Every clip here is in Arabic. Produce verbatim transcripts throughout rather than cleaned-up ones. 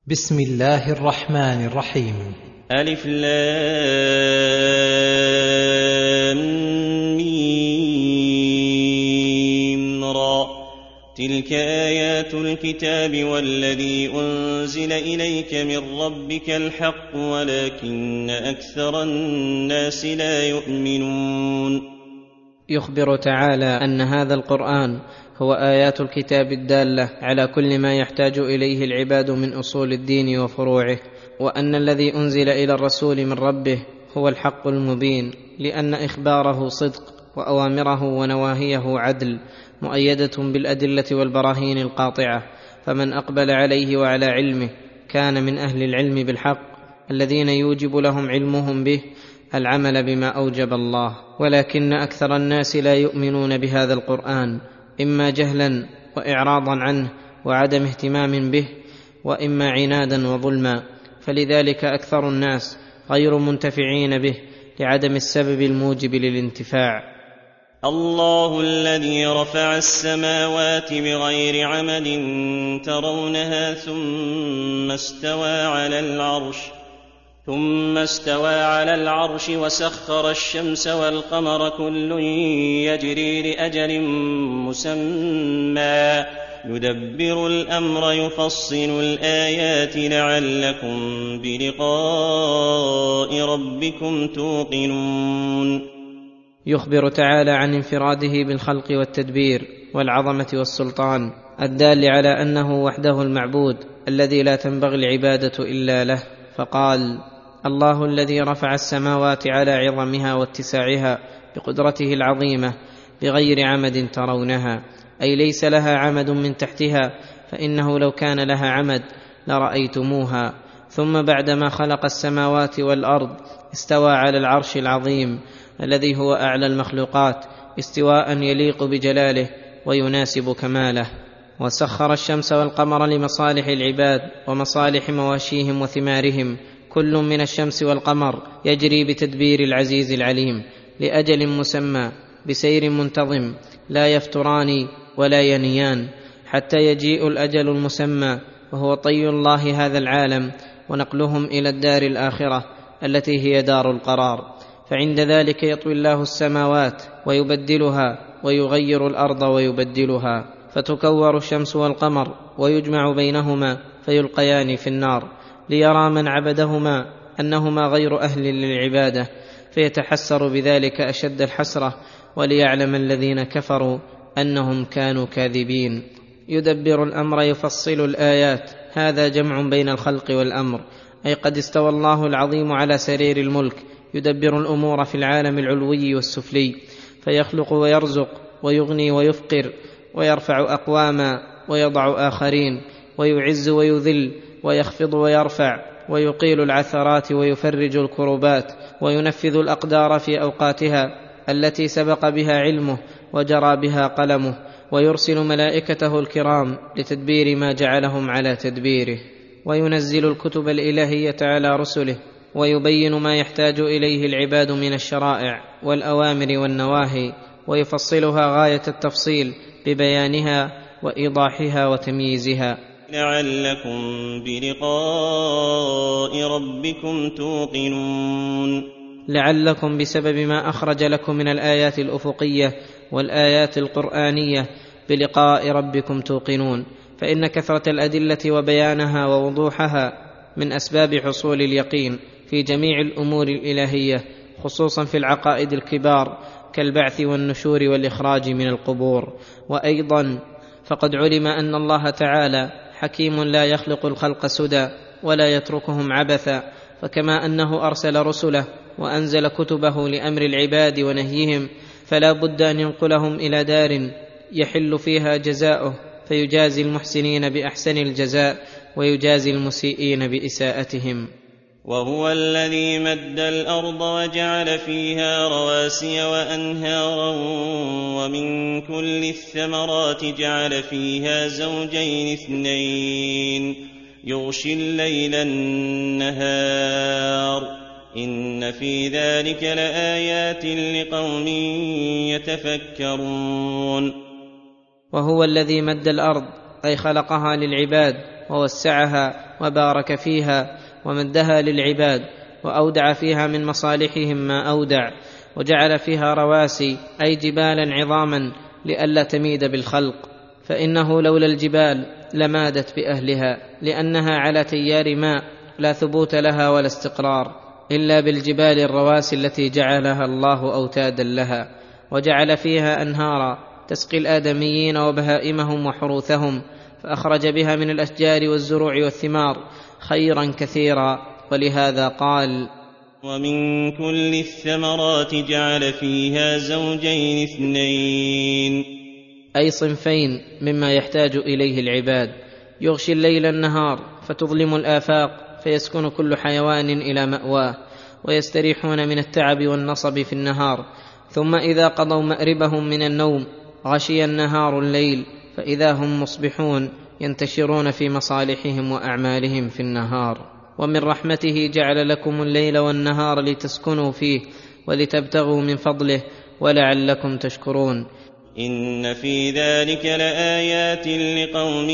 بسم الله الرحمن الرحيم. ألف لام ميم را. تلك آيات الكتاب والذي أنزل إليك من ربك الحق ولكن أكثر الناس لا يؤمنون. يخبر تعالى أن هذا القرآن هو آيات الكتاب الدالة على كل ما يحتاج إليه العباد من أصول الدين وفروعه، وأن الذي أنزل إلى الرسول من ربه هو الحق المبين، لأن إخباره صدق وأوامره ونواهيه عدل مؤيدة بالأدلة والبراهين القاطعة، فمن أقبل عليه وعلى علمه كان من أهل العلم بالحق الذين يوجب لهم علمهم به العمل بما أوجب الله. ولكن أكثر الناس لا يؤمنون بهذا القرآن، إما جهلا وإعراضا عنه وعدم اهتمام به، وإما عنادا وظلما، فلذلك أكثر الناس غير منتفعين به لعدم السبب الموجب للانتفاع. الله الذي رفع السماوات بغير عمد ترونها ثم استوى على العرش ثم استوى على العرش وسخر الشمس والقمر كل يجري لأجل مسمى يدبر الأمر يفصل الآيات لعلكم بلقاء ربكم توقنون. يخبر تعالى عن انفراده بالخلق والتدبير والعظمة والسلطان الدال على أنه وحده المعبود الذي لا تنبغي العبادة إلا له، فقال: الله الذي رفع السماوات على عظمها واتساعها بقدرته العظيمة بغير عمد ترونها، أي ليس لها عمد من تحتها، فإنه لو كان لها عمد لرأيتموها. ثم بعدما خلق السماوات والأرض استوى على العرش العظيم الذي هو أعلى المخلوقات استواء يليق بجلاله ويناسب كماله، وسخر الشمس والقمر لمصالح العباد ومصالح مواشيهم وثمارهم، كل من الشمس والقمر يجري بتدبير العزيز العليم لأجل مسمى بسير منتظم لا يفتران ولا ينيان حتى يجيء الأجل المسمى، وهو طي الله هذا العالم ونقلهم إلى الدار الآخرة التي هي دار القرار. فعند ذلك يطوي الله السماوات ويبدلها ويغير الأرض ويبدلها، فتكور الشمس والقمر ويجمع بينهما فيلقيان في النار، ليرى من عبدهما أنهما غير أهل للعبادة فيتحسر بذلك أشد الحسرة، وليعلم الذين كفروا أنهم كانوا كاذبين. يدبر الأمر يفصل الآيات، هذا جمع بين الخلق والأمر، أي قد استوى الله العظيم على سرير الملك يدبر الأمور في العالم العلوي والسفلي، فيخلق ويرزق ويغني ويفقر ويرفع أقواما ويضع آخرين، ويعز ويذل ويخفض ويرفع، ويقيل العثرات ويفرج الكربات، وينفذ الأقدار في أوقاتها التي سبق بها علمه وجرى بها قلمه، ويرسل ملائكته الكرام لتدبير ما جعلهم على تدبيره، وينزل الكتب الإلهية على رسله، ويبين ما يحتاج إليه العباد من الشرائع والأوامر والنواهي، ويفصلها غاية التفصيل ببيانها وإيضاحها وتمييزها لعلكم بلقاء ربكم توقنون. لعلكم بسبب ما أخرج لكم من الآيات الأفقية والآيات القرآنية بلقاء ربكم توقنون، فإن كثرة الأدلة وبيانها ووضوحها من أسباب حصول اليقين في جميع الأمور الإلهية، خصوصا في العقائد الكبار كالبعث والنشور والإخراج من القبور. وأيضا فقد علم أن الله تعالى حكيم لا يخلق الخلق سدى ولا يتركهم عبثا، فكما أنه أرسل رسله وأنزل كتبه لأمر العباد ونهيهم، فلا بد أن ينقلهم إلى دار يحل فيها جزاؤه، فيجازي المحسنين بأحسن الجزاء ويجازي المسيئين بإساءتهم. وهو الذي مد الأرض وجعل فيها رواسي وأنهارا ومن كل الثمرات جعل فيها زوجين اثنين يغشي الليل النهار إن في ذلك لآيات لقوم يتفكرون. وهو الذي مد الأرض أي خلقها للعباد ووسعها وبارك فيها ومدها للعباد، وأودع فيها من مصالحهم ما أودع، وجعل فيها رواسي أي جبالا عظاما لئلا تميد بالخلق، فإنه لولا الجبال لمادت بأهلها، لأنها على تيار ماء لا ثبوت لها ولا استقرار إلا بالجبال الرواسي التي جعلها الله أوتادا لها. وجعل فيها أنهارا تسقي الآدميين وبهائمهم وحروثهم، فأخرج بها من الأشجار والزروع والثمار خيرا كثيرا، ولهذا قال: ومن كل الثمرات جعل فيها زوجين اثنين، أي صنفين مما يحتاج إليه العباد، يغشي الليل النهار فتظلم الآفاق، فيسكن كل حيوان إلى مأواه، ويستريحون من التعب والنصب في النهار، ثم إذا قضوا مأربهم من النوم غشي النهار الليل، فإذا هم مصبحون ينتشرون في مصالحهم وأعمالهم في النهار. ومن رحمته جعل لكم الليل والنهار لتسكنوا فيه ولتبتغوا من فضله ولعلكم تشكرون. إن في ذلك لآيات لقوم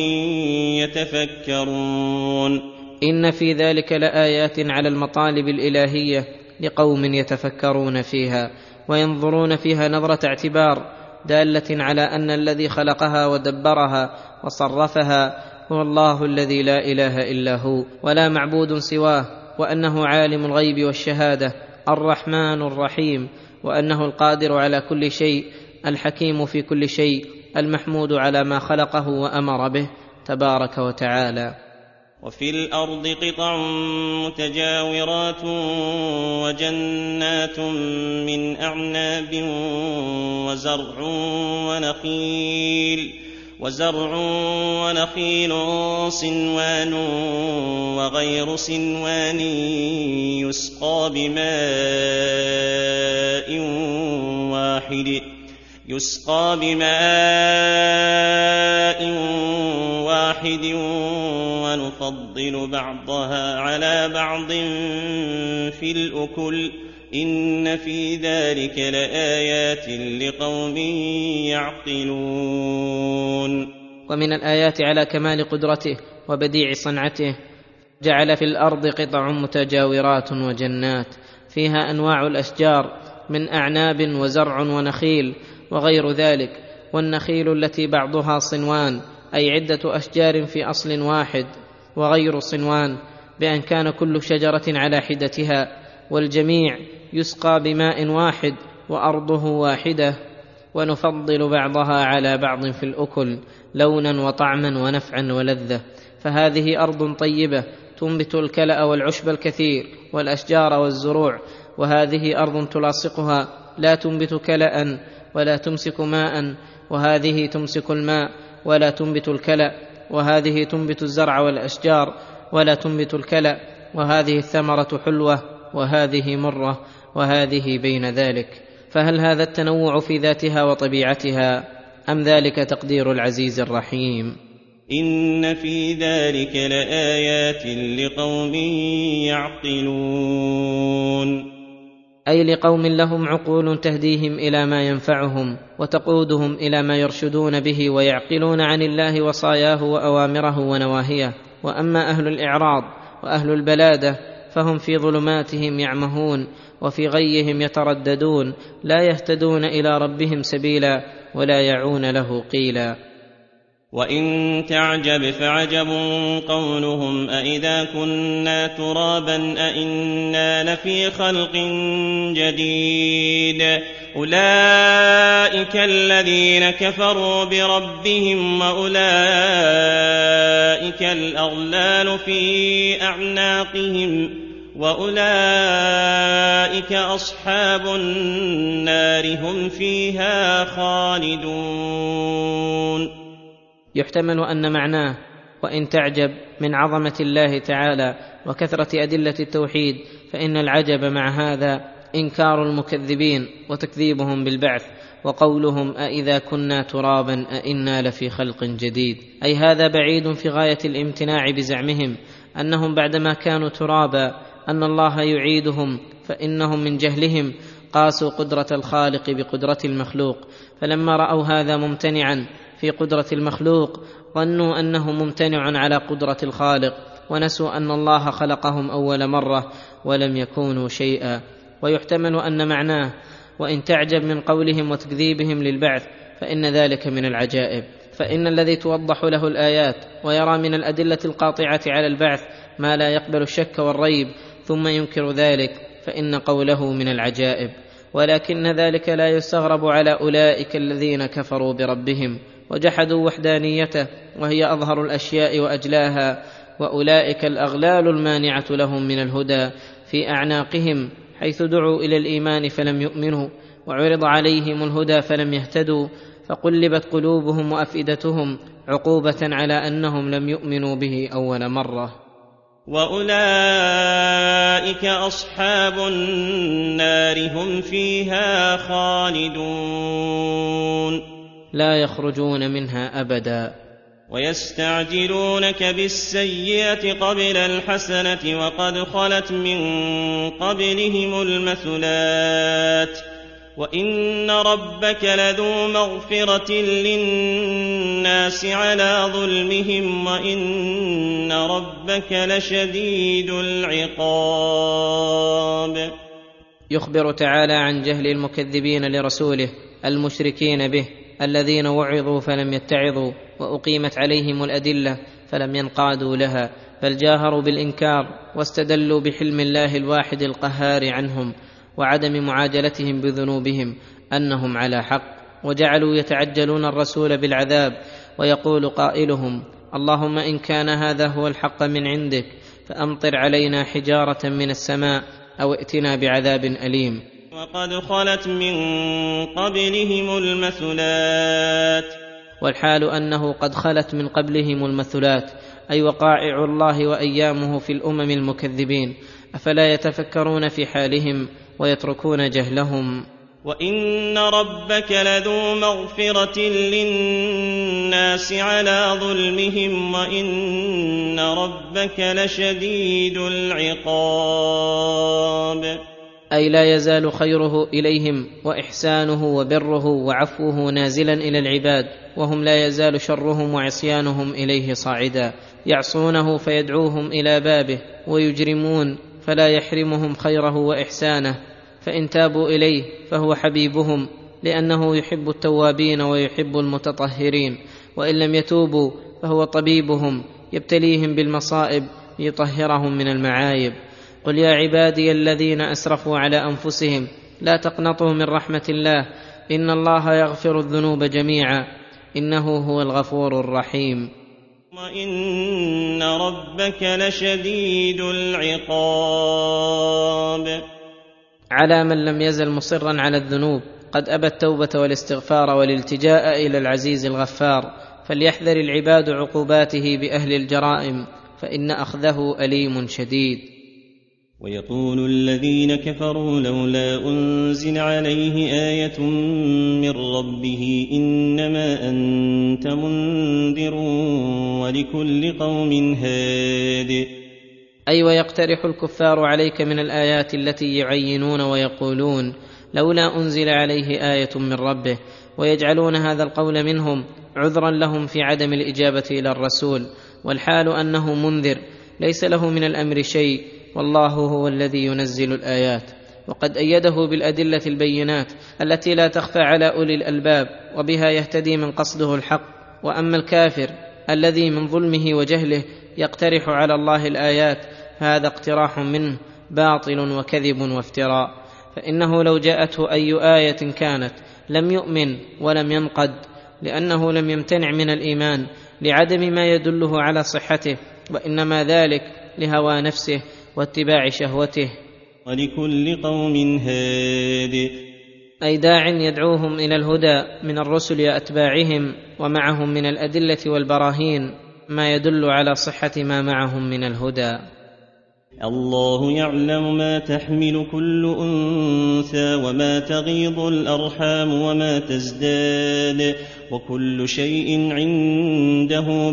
يتفكرون. إن في ذلك لآيات على المطالب الإلهية لقوم يتفكرون فيها وينظرون فيها نظرة اعتبار، دالة على أن الذي خلقها ودبرها وصرفها هو الله الذي لا إله إلا هو ولا معبود سواه، وأنه عالم الغيب والشهادة الرحمن الرحيم، وأنه القادر على كل شيء الحكيم في كل شيء المحمود على ما خلقه وأمر به تبارك وتعالى. وفي الأرض قطع متجاورات وجنات من أعناب وزرع ونخيل وزرع ونخيل صنوان وغير صنوان يسقى بماء واحد يسقى بماء واحد ونفضل بعضها على بعض في الأكل إن في ذلك لآيات لقوم يعقلون. ومن الآيات على كمال قدرته وبديع صنعته جعل في الأرض قطع متجاورات وجنات فيها أنواع الأشجار من أعناب وزرع ونخيل وغير ذلك، والنخيل التي بعضها صنوان أي عدة أشجار في أصل واحد، وغير صنوان بأن كان كل شجرة على حدتها، والجميع يسقى بماء واحد وأرضه واحدة، ونفضل بعضها على بعض في الأكل لونا وطعما ونفعا ولذة. فهذه أرض طيبة تنبت الكلأ والعشب الكثير والأشجار والزروع، وهذه أرض تلاصقها لا تنبت كلأ ولا تمسك ماء، وهذه تمسك الماء ولا تنبت الكلأ، وهذه تنبت الزرع والأشجار ولا تنبت الكلأ، وهذه الثمرة حلوة وهذه مرة، وهذه بين ذلك. فهل هذا التنوع في ذاتها وطبيعتها أم ذلك تقدير العزيز الرحيم؟ إن في ذلك لآيات لقوم يعقلون، أي لقوم لهم عقول تهديهم إلى ما ينفعهم وتقودهم إلى ما يرشدون به ويعقلون عن الله وصاياه وأوامره ونواهيه. وأما أهل الإعراض وأهل البلادة فهم في ظلماتهم يعمهون وفي غيهم يترددون، لا يهتدون إلى ربهم سبيلا ولا يعون له قيلا. وإن تعجب فعجب قولهم أإذا كنا ترابا أإنا لفي خلق جديد أولئك الذين كفروا بربهم وأولئك الأغلال في أعناقهم وأولئك أصحاب النار هم فيها خالدون. يحتمل أن معناه وإن تعجب من عظمة الله تعالى وكثرة أدلة التوحيد، فإن العجب مع هذا إنكار المكذبين وتكذيبهم بالبعث، وقولهم أإذا كنا ترابا أإنا لفي خلق جديد، أي هذا بعيد في غاية الامتناع بزعمهم أنهم بعدما كانوا ترابا أن الله يعيدهم، فإنهم من جهلهم قاسوا قدرة الخالق بقدرة المخلوق، فلما رأوا هذا ممتنعا في قدرة المخلوق ظنوا أنه ممتنع على قدرة الخالق، ونسوا أن الله خلقهم أول مرة ولم يكونوا شيئا. ويحتمل أن معناه: وإن تعجب من قولهم وتكذيبهم للبعث فإن ذلك من العجائب. فإن الذي توضح له الآيات ويرى من الأدلة القاطعة على البعث ما لا يقبل الشك والريب ثم ينكر ذلك فإن قوله من العجائب. ولكن ذلك لا يستغرب على أولئك الذين كفروا بربهم وجحدوا وحدانيته، وهي أظهر الأشياء وأجلاها، وأولئك الأغلال المانعة لهم من الهدى في أعناقهم، حيث دعوا إلى الإيمان فلم يؤمنوا، وعرض عليهم الهدى فلم يهتدوا، فقلبت قلوبهم وأفئدتهم عقوبة على أنهم لم يؤمنوا به أول مرة. وأولئك أصحاب النار هم فيها خالدون لا يخرجون منها أبدا. ويستعجلونك بالسيئة قبل الحسنة وقد خلت من قبلهم المثلات وإن ربك لذو مغفرة للناس على ظلمهم وإن ربك لشديد العقاب. يخبر تعالى عن جهل المكذبين لرسوله المشركين به، الذين وعظوا فلم يتعظوا، وأقيمت عليهم الأدلة فلم ينقادوا لها، بل جاهروا بالإنكار واستدلوا بحلم الله الواحد القهار عنهم وعدم معاجلتهم بذنوبهم أنهم على حق، وجعلوا يتعجلون الرسول بالعذاب، ويقول قائلهم: اللهم إن كان هذا هو الحق من عندك فأمطر علينا حجارة من السماء أو ائتنا بعذاب أليم. وقد خلت من قبلهم المثلات، والحال أنه قد خلت من قبلهم المثلات، أي وقائع الله وأيامه في الأمم المكذبين، أفلا يتفكرون في حالهم ويتركون جهلهم؟ وإن ربك لذو مغفرة للناس على ظلمهم وإن ربك لشديد العقاب، أي لا يزال خيره إليهم وإحسانه وبره وعفوه نازلا إلى العباد، وهم لا يزال شرهم وعصيانهم إليه صاعدا، يعصونه فيدعوهم إلى بابه، ويجرمون فلا يحرمهم خيره وإحسانه، فإن تابوا إليه فهو حبيبهم لأنه يحب التوابين ويحب المتطهرين، وإن لم يتوبوا فهو طبيبهم يبتليهم بالمصائب ليطهرهم من المعايب. قل يا عبادي الذين أسرفوا على أنفسهم لا تقنطوا من رحمة الله إن الله يغفر الذنوب جميعا إنه هو الغفور الرحيم. وإن ربك لشديد العقاب، على من لم يزل مصرا على الذنوب قد أبى التوبة والاستغفار والالتجاء إلى العزيز الغفار، فليحذر العباد عقوباته بأهل الجرائم فإن أخذه أليم شديد. ويقول الذين كفروا لولا أنزل عليه آية من ربه إنما أنت منذر ولكل قوم هاد. أي ويقترح الكفار عليك من الآيات التي يعينون ويقولون لولا أنزل عليه آية من ربه، ويجعلون هذا القول منهم عذرا لهم في عدم الإجابة إلى الرسول، والحال أنه منذر ليس له من الأمر شيء، والله هو الذي ينزل الآيات، وقد أيده بالأدلة البينات التي لا تخفى على أولي الألباب، وبها يهتدي من قصده الحق. وأما الكافر الذي من ظلمه وجهله يقترح على الله الآيات هذا اقتراح منه باطل وكذب وافتراء، فإنه لو جاءته أي آية كانت لم يؤمن ولم ينقد، لأنه لم يمتنع من الإيمان لعدم ما يدله على صحته، وإنما ذلك لهوى نفسه واتباع شهوته. ولكل قوم هاد، أي داع يدعوهم إلى الهدى من الرسل أتباعهم، ومعهم من الأدلة والبراهين ما يدل على صحة ما معهم من الهدى. الله يعلم ما تحمل كل أنثى وما تغيض الأرحام وما تزداد وكل شيء عنده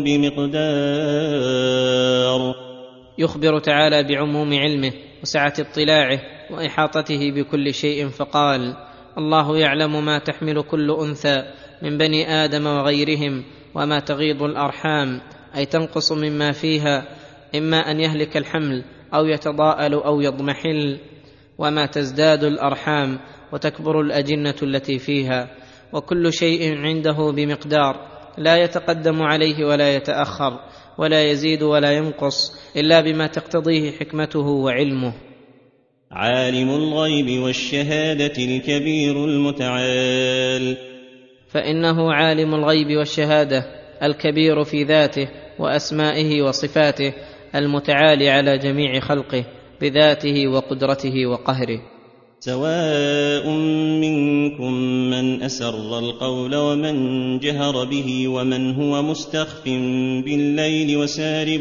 بمقدار. يخبر تعالى بعموم علمه وسعة اطلاعه وإحاطته بكل شيء، فقال: الله يعلم ما تحمل كل أنثى من بني آدم وغيرهم وما تغيض الأرحام، أي تنقص مما فيها، إما أن يهلك الحمل أو يتضاءل أو يضمحل، وما تزداد الأرحام وتكبر الأجنة التي فيها، وكل شيء عنده بمقدار لا يتقدم عليه ولا يتأخر ولا يزيد ولا ينقص إلا بما تقتضيه حكمته وعلمه. عالم الغيب والشهادة الكبير المتعال. فإنه عالم الغيب والشهادة الكبير في ذاته وأسمائه وصفاته، المتعالي على جميع خلقه بذاته وقدرته وقهره. سواء منكم من أسر القول ومن جهر به ومن هو مستخف بالليل وسارب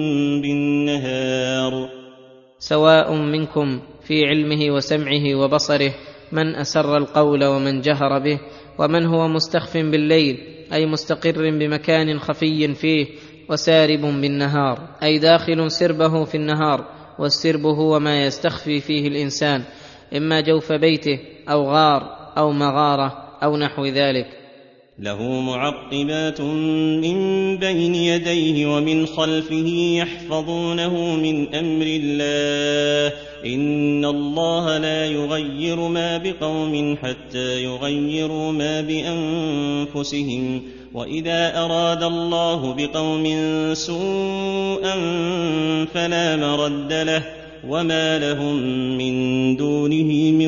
بالنهار. سواء منكم في علمه وسمعه وبصره من أسر القول ومن جهر به، ومن هو مستخف بالليل أي مستقر بمكان خفي فيه، وسارب بالنهار أي داخل سربه في النهار، والسرب هو ما يستخفي فيه الإنسان، إما جوف بيته أو غار أو مغارة أو نحو ذلك. له معقبات من بين يديه ومن خلفه يحفظونه من أمر الله، إن الله لا يغير ما بقوم حتى يغيروا ما بأنفسهم، وإذا أراد الله بقوم سوءا فلا مرد له، وما لهم من دونه من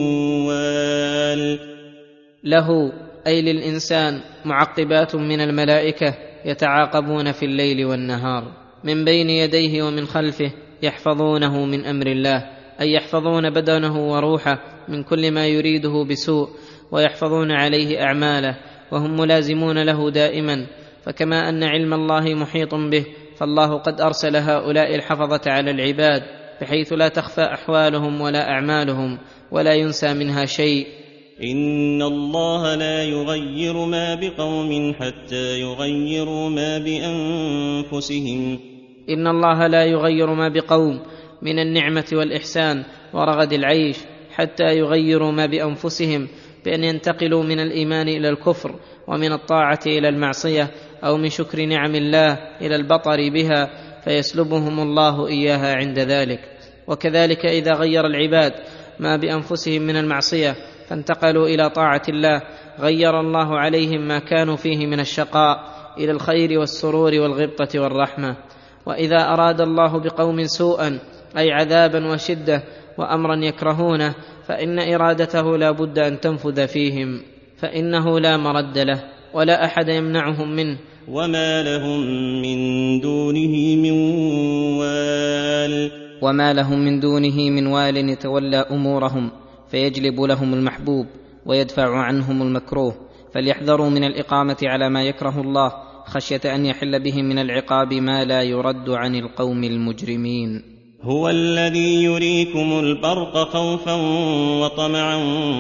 وال. له أي للإنسان معقبات من الملائكة يتعاقبون في الليل والنهار من بين يديه ومن خلفه، يحفظونه من أمر الله، أي يحفظون بدنه وروحه من كل ما يريده بسوء، ويحفظون عليه أعماله، وهم ملازمون له دائما. فكما أن علم الله محيط به، فالله قد أرسل هؤلاء الحفظة على العباد بحيث لا تخفى أحوالهم ولا أعمالهم ولا ينسى منها شيء. إن الله لا يغير ما بقوم حتى يغيروا ما بأنفسهم. إن الله لا يغير ما بقوم من النعمة والإحسان ورغد العيش حتى يغيروا ما بأنفسهم، بأن ينتقلوا من الإيمان إلى الكفر، ومن الطاعة إلى المعصية، أو من شكر نعم الله إلى البطر بها، فيسلبهم الله إياها عند ذلك. وكذلك إذا غير العباد ما بأنفسهم من المعصية فانتقلوا إلى طاعة الله، غير الله عليهم ما كانوا فيه من الشقاء إلى الخير والسرور والغبطة والرحمة. وإذا أراد الله بقوم سوءا أي عذابا وشدة وأمرا يكرهونه، فإن إرادته لا بد أن تنفذ فيهم، فإنه لا مرد له ولا أحد يمنعهم منه، وما لهم من دونه من وال. وما لهم من دونه من وال يتولى أمورهم فيجلب لهم المحبوب ويدفع عنهم المكروه، فليحذروا من الإقامة على ما يكره الله خشية أن يحل بهم من العقاب ما لا يرد عن القوم المجرمين. هو الذي يريكم البرق خوفا وطمعا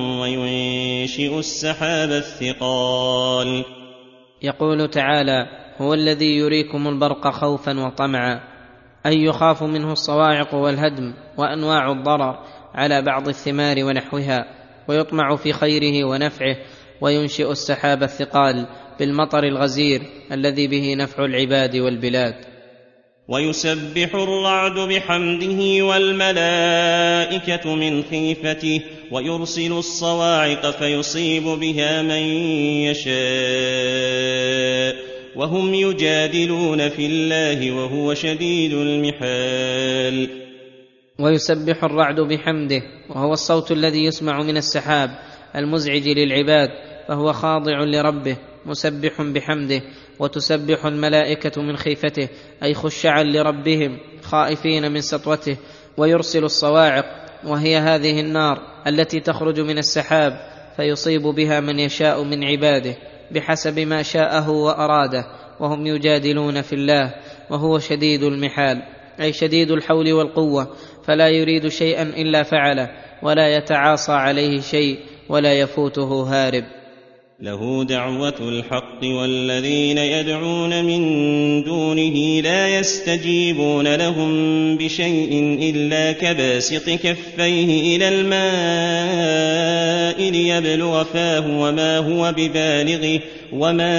وينشئ السحاب الثقال. يقول تعالى: هو الذي يريكم البرق خوفا وطمعا، أي يخاف منه الصواعق والهدم وأنواع الضرر على بعض الثمار ونحوها، ويطمع في خيره ونفعه، وينشئ السحاب الثقال بالمطر الغزير الذي به نفع العباد والبلاد. ويسبح الرعد بحمده والملائكة من خيفته، ويرسل الصواعق فيصيب بها من يشاء، وهم يجادلون في الله وهو شديد المحال. ويسبح الرعد بحمده، وهو الصوت الذي يسمع من السحاب المزعج للعباد، فهو خاضع لربه مسبح بحمده. وتسبح الملائكة من خيفته، أي خشعا لربهم خائفين من سطوته. ويرسل الصواعق، وهي هذه النار التي تخرج من السحاب، فيصيب بها من يشاء من عباده بحسب ما شاءه وأراده، وهم يجادلون في الله وهو شديد المحال، أي شديد الحول والقوة، فلا يريد شيئا إلا فعله، ولا يتعاصى عليه شيء، ولا يفوته هارب. له دعوة الحق والذين يدعون من دونه لا يستجيبون لهم بشيء إلا كباسط كفيه إلى الماء ليبلغ فاه وما هو ببالغه وما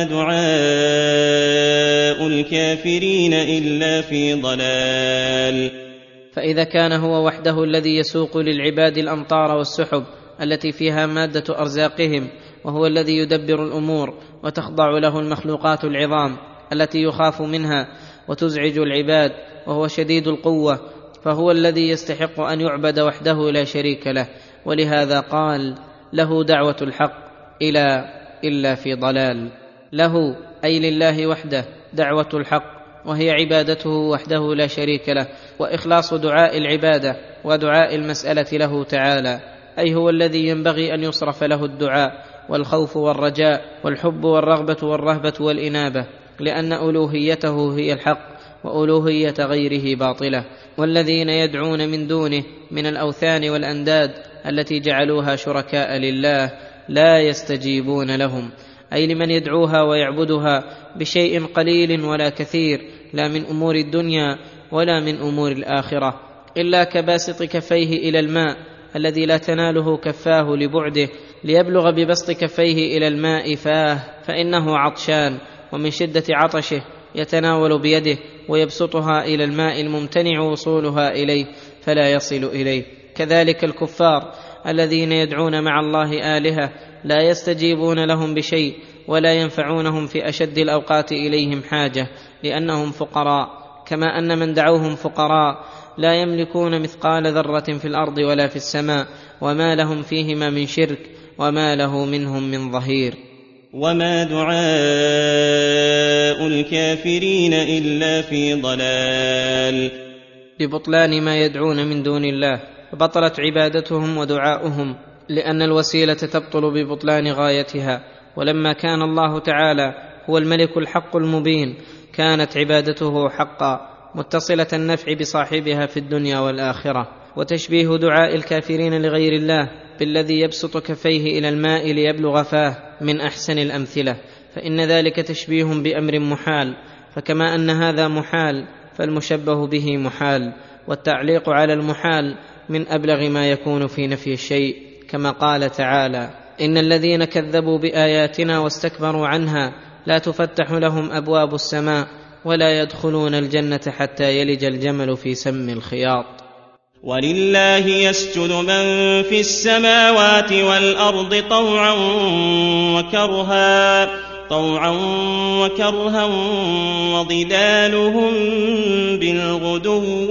دعاء الكافرين إلا في ضلال. فإذا كان هو وحده الذي يسوق للعباد الأمطار والسحب التي فيها مادة أرزاقهم، وهو الذي يدبر الأمور وتخضع له المخلوقات العظام التي يخاف منها وتزعج العباد، وهو شديد القوة، فهو الذي يستحق أن يعبد وحده لا شريك له. ولهذا قال: له دعوة الحق إلى إلا في ضلال. له أي لله وحده دعوة الحق، وهي عبادته وحده لا شريك له، وإخلاص دعاء العبادة ودعاء المسألة له تعالى، أي هو الذي ينبغي أن يصرف له الدعاء والخوف والرجاء والحب والرغبة والرهبة والإنابة، لأن ألوهيته هي الحق وألوهية غيره باطلة. والذين يدعون من دونه من الأوثان والأنداد التي جعلوها شركاء لله لا يستجيبون لهم، أي لمن يدعوها ويعبدها بشيء قليل ولا كثير، لا من أمور الدنيا ولا من أمور الآخرة، إلا كباسط كفيه إلى الماء الذي لا تناله كفاه لبعده، ليبلغ ببسط كفيه إلى الماء فاه، فإنه عطشان ومن شدة عطشه يتناول بيده ويبسطها إلى الماء الممتنع وصولها إليه فلا يصل إليه. كذلك الكفار الذين يدعون مع الله آلهة لا يستجيبون لهم بشيء ولا ينفعونهم في أشد الأوقات إليهم حاجة، لأنهم فقراء، كما أن من دعوهم فقراء لا يملكون مثقال ذرة في الأرض ولا في السماء، وما لهم فيهما من شرك وما له منهم من ظهير. وما دعاء الكافرين إلا في ضلال. لبطلان ما يدعون من دون الله، فبطلت عبادتهم ودعاؤهم، لأن الوسيلة تبطل ببطلان غايتها. ولما كان الله تعالى هو الملك الحق المبين، كانت عبادته حقا متصلة النفع بصاحبها في الدنيا والآخرة. وتشبيه دعاء الكافرين لغير الله بالذي يبسط كفيه إلى الماء ليبلغ فاه من أحسن الأمثلة، فإن ذلك تشبيه بأمر محال، فكما أن هذا محال فالمشبه به محال، والتعليق على المحال من أبلغ ما يكون في نفي الشيء، كما قال تعالى: إن الذين كذبوا بآياتنا واستكبروا عنها لا تفتح لهم أبواب السماء ولا يدخلون الجنة حتى يلج الجمل في سم الخياط. ولله يسجد من في السماوات والأرض طوعا وكرها طوعا وكرها وظلالهم بالغدو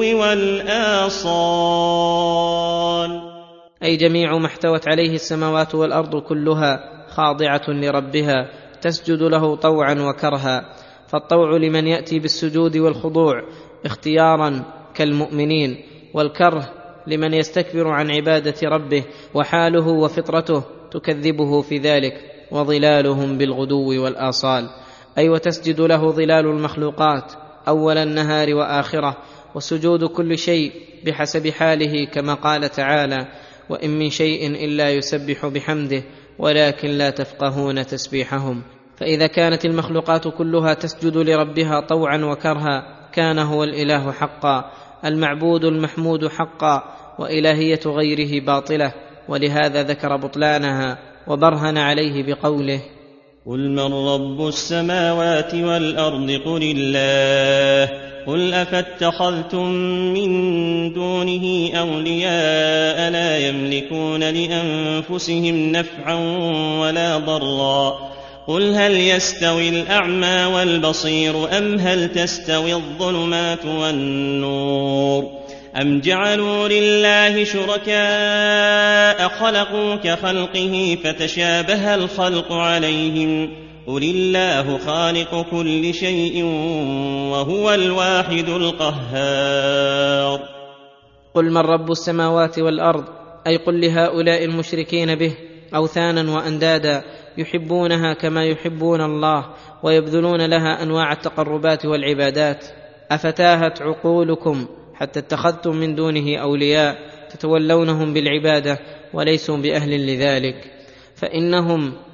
والآصال، أي جميع ما احتوت عليه السماوات والأرض كلها خاضعة لربها تسجد له طوعا وكرها. فالطوع لمن يأتي بالسجود والخضوع اختيارا كالمؤمنين، والكره لمن يستكبر عن عبادة ربه وحاله وفطرته تكذبه في ذلك. وظلالهم بالغدو والآصال، أي وتسجد له ظلال المخلوقات أول النهار وآخره، وسجود كل شيء بحسب حاله، كما قال تعالى: وإن من شيء إلا يسبح بحمده ولكن لا تفقهون تسبيحهم. فإذا كانت المخلوقات كلها تسجد لربها طوعا وكرها، كان هو الإله حقا، المعبود المحمود حقا، وإلهية غيره باطلة. ولهذا ذكر بطلانها وبرهن عليه بقوله: قل من رب السماوات والأرض قل الله قل أفاتخذتم من دونه أولياء لا يملكون لأنفسهم نفعا ولا ضرا قل هل يستوي الأعمى والبصير أم هل تستوي الظلمات والنور أم جعلوا لله شركاء خلقوا كخلقه فتشابه الخلق عليهم قل الله خالق كل شيء وهو الواحد القهار. قل من رب السماوات والأرض، أي قل لهؤلاء المشركين به أوثانا وأندادا يحبونها كما يحبون الله ويبذلون لها أنواع التقربات والعبادات، أفتاهت عقولكم حتى اتخذتم من دونه أولياء تتولونهم بالعبادة وليسوا بأهل لذلك؟ فإنهم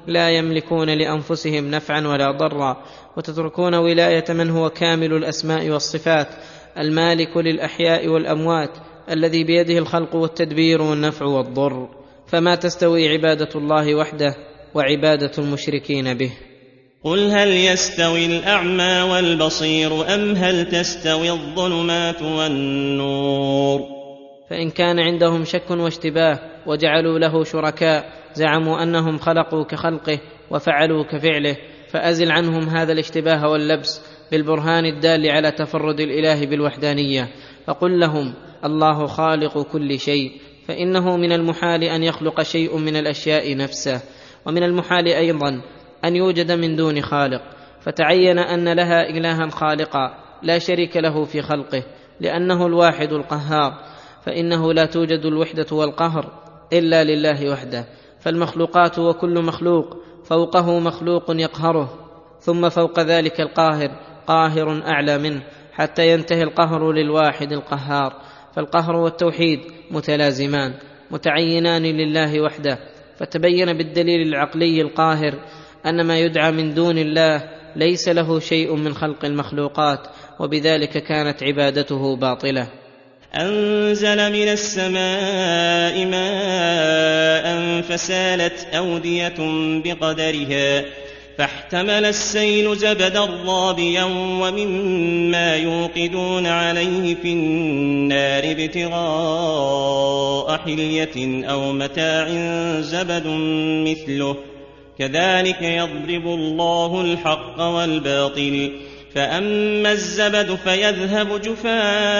لا يملكون لانفسهم نفعا ولا ضرا، وتتركون ولايه من هو كامل الاسماء والصفات المالك للاحياء والاموات الذي بيده الخلق والتدبير والنفع والضر. فما تستوي عباده الله وحده وعباده المشركين به. قل هل يستوي الأعمى والبصير أم هل تستوي الظلمات والنور؟ فإن كان عندهم شك واشتباه وجعلوا له شركاء زعموا أنهم خلقوا كخلقه وفعلوا كفعله، فأزل عنهم هذا الاشتباه واللبس بالبرهان الدال على تفرد الإله بالوحدانية، فقل لهم الله خالق كل شيء، فإنه من المحال أن يخلق شيء من الأشياء نفسه، ومن المحال أيضا أن يوجد من دون خالق، فتعين أن لها إلها خالقا لا شريك له في خلقه لأنه الواحد القهار، فإنه لا توجد الوحدة والقهر إلا لله وحده، فالمخلوقات وكل مخلوق فوقه مخلوق يقهره، ثم فوق ذلك القاهر قاهر أعلى منه حتى ينتهي القهر للواحد القهار، فالقهر والتوحيد متلازمان متعينان لله وحده. فتبين بالدليل العقلي القاهر أن ما يدعى من دون الله ليس له شيء من خلق المخلوقات، وبذلك كانت عبادته باطلة. أنزل من السماء ماء فسالت أودية بقدرها فاحتمل السيل زبدا رابيا ومما يوقدون عليه في النار ابتغاء حلية أو متاع زبد مثله كذلك يضرب الله الحق والباطل، فأما الزبد فيذهب جفاء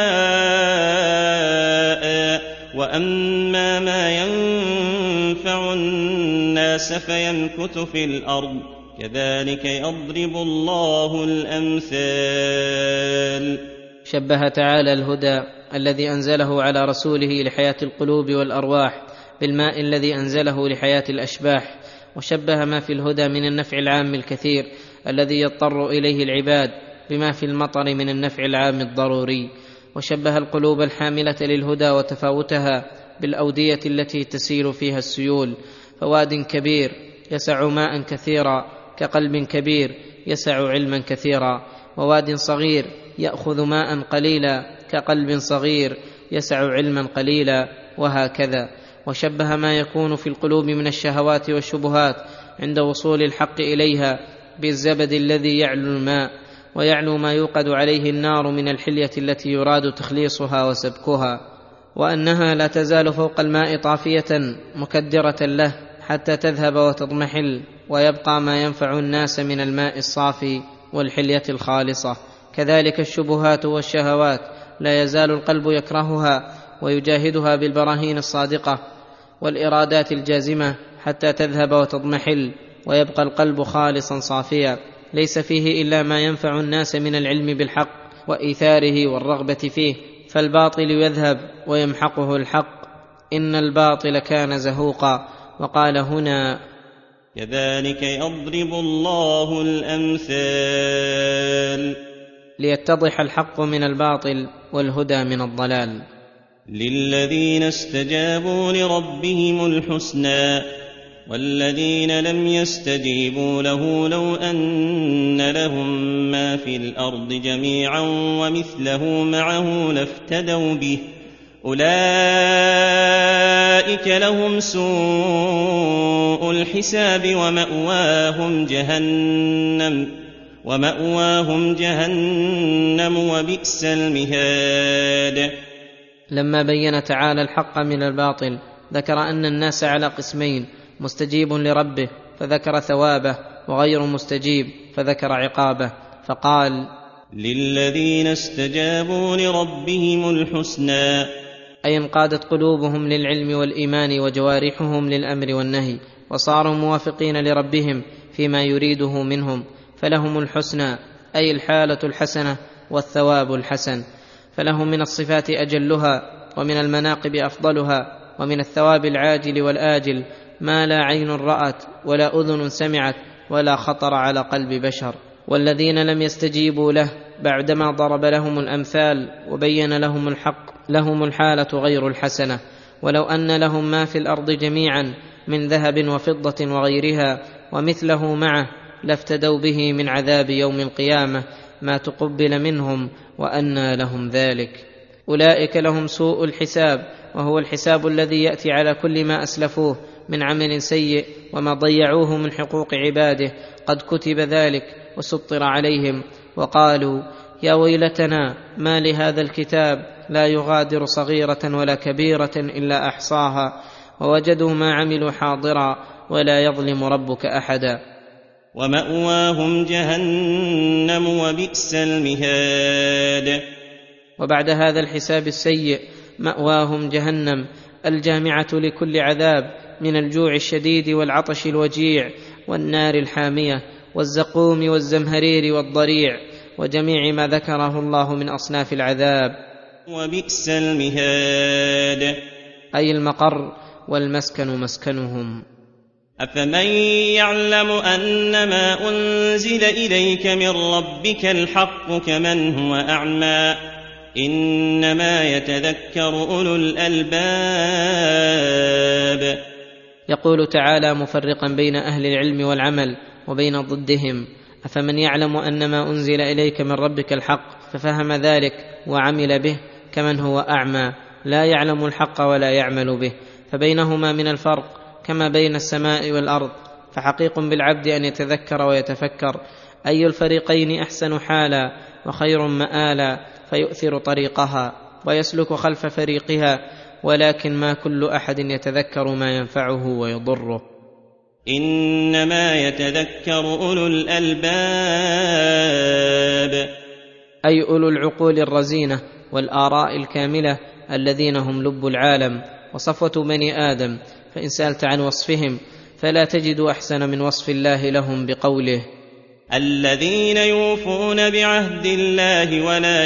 وأما ما ينفع الناس فيمكث في الأرض كذلك يضرب الله الأمثال. شبه تعالى الهدى الذي أنزله على رسوله لحياة القلوب والأرواح بالماء الذي أنزله لحياة الأشباح، وشبه ما في الهدى من النفع العام الكثير الذي يضطر إليه العباد بما في المطر من النفع العام الضروري، وشبه القلوب الحاملة للهدى وتفاوتها بالأودية التي تسيل فيها السيول، فواد كبير يسع ماء كثيرا كقلب كبير يسع علما كثيرا، وواد صغير يأخذ ماء قليلا كقلب صغير يسع علما قليلا، وهكذا. وشبه ما يكون في القلوب من الشهوات والشبهات عند وصول الحق إليها بالزبد الذي يعلو الماء ويعلو ما يوقد عليه النار من الحلية التي يراد تخليصها وسبكها، وأنها لا تزال فوق الماء طافية مكدرة له حتى تذهب وتضمحل ويبقى ما ينفع الناس من الماء الصافي والحلية الخالصة. كذلك الشبهات والشهوات لا يزال القلب يكرهها ويجاهدها بالبراهين الصادقة والإرادات الجازمة حتى تذهب وتضمحل ويبقى القلب خالصا صافيا ليس فيه إلا ما ينفع الناس من العلم بالحق وإيثاره والرغبة فيه، فالباطل يذهب ويمحقه الحق، إن الباطل كان زهوقا. وقال هنا كذلك يضرب الله الأمثال ليتضح الحق من الباطل والهدى من الضلال. للذين استجابوا لربهم الحسنى والذين لم يستجيبوا له لو أن لهم ما في الأرض جميعا ومثله معه لافتدوا به أولئك لهم سوء الحساب ومأواهم جهنم ومأواهم جهنم وبئس المهاد. لما بين تعالى الحق من الباطل ذكر أن الناس على قسمين: مستجيب لربه فذكر ثوابه، وغير مستجيب فذكر عقابه، فقال للذين استجابوا لربهم الحسنى، أي انقادت قلوبهم للعلم والإيمان وجوارحهم للأمر والنهي وصاروا موافقين لربهم فيما يريده منهم، فلهم الحسنى أي الحالة الحسنة والثواب الحسن، فلهم من الصفات أجلها ومن المناقب أفضلها ومن الثواب العاجل والآجل ما لا عين رأت ولا أذن سمعت ولا خطر على قلب بشر. والذين لم يستجيبوا له بعدما ضرب لهم الأمثال وبين لهم الحق لهم الحالة غير الحسنة، ولو أن لهم ما في الأرض جميعا من ذهب وفضة وغيرها ومثله معه لافتدوا به من عذاب يوم القيامة ما تقبل منهم وأنى لهم ذلك. أولئك لهم سوء الحساب، وهو الحساب الذي يأتي على كل ما أسلفوه من عمل سيء وما ضيعوه من حقوق عباده، قد كتب ذلك وسطر عليهم، وقالوا يا ويلتنا ما لهذا الكتاب لا يغادر صغيرة ولا كبيرة إلا أحصاها ووجدوا ما عملوا حاضرا ولا يظلم ربك أحدا. ومأواهم جهنم وبئس المهاد. وبعد هذا الحساب السيء مأواهم جهنم الجامعة لكل عذاب من الجوع الشديد والعطش الوجيع والنار الحامية والزقوم والزمهرير والضريع وجميع ما ذكره الله من أصناف العذاب. وبئس المهاد أي المقر والمسكن مسكنهم. أفمن يعلم أنما أنزل إليك من ربك الحق كمن هو أعمى إنما يتذكر أولو الألباب. يقول تعالى مفرقا بين أهل العلم والعمل وبين ضدهم: أفمن يعلم أنما أنزل إليك من ربك الحق ففهم ذلك وعمل به كمن هو أعمى لا يعلم الحق ولا يعمل به، فبينهما من الفرق كما بين السماء والأرض. فحقيق بالعبد أن يتذكر ويتفكر أي الفريقين أحسن حالا وخير مآلا فيؤثر طريقها ويسلك خلف فريقها، ولكن ما كل أحد يتذكر ما ينفعه ويضره. إنما يتذكر أولو الألباب أي أولو العقول الرزينة والآراء الكاملة الذين هم لب العالم وصفوة بني آدم. فإن سألت عن وصفهم فلا تجد أحسن من وصف الله لهم بقوله: الذين يوفون بعهد الله ولا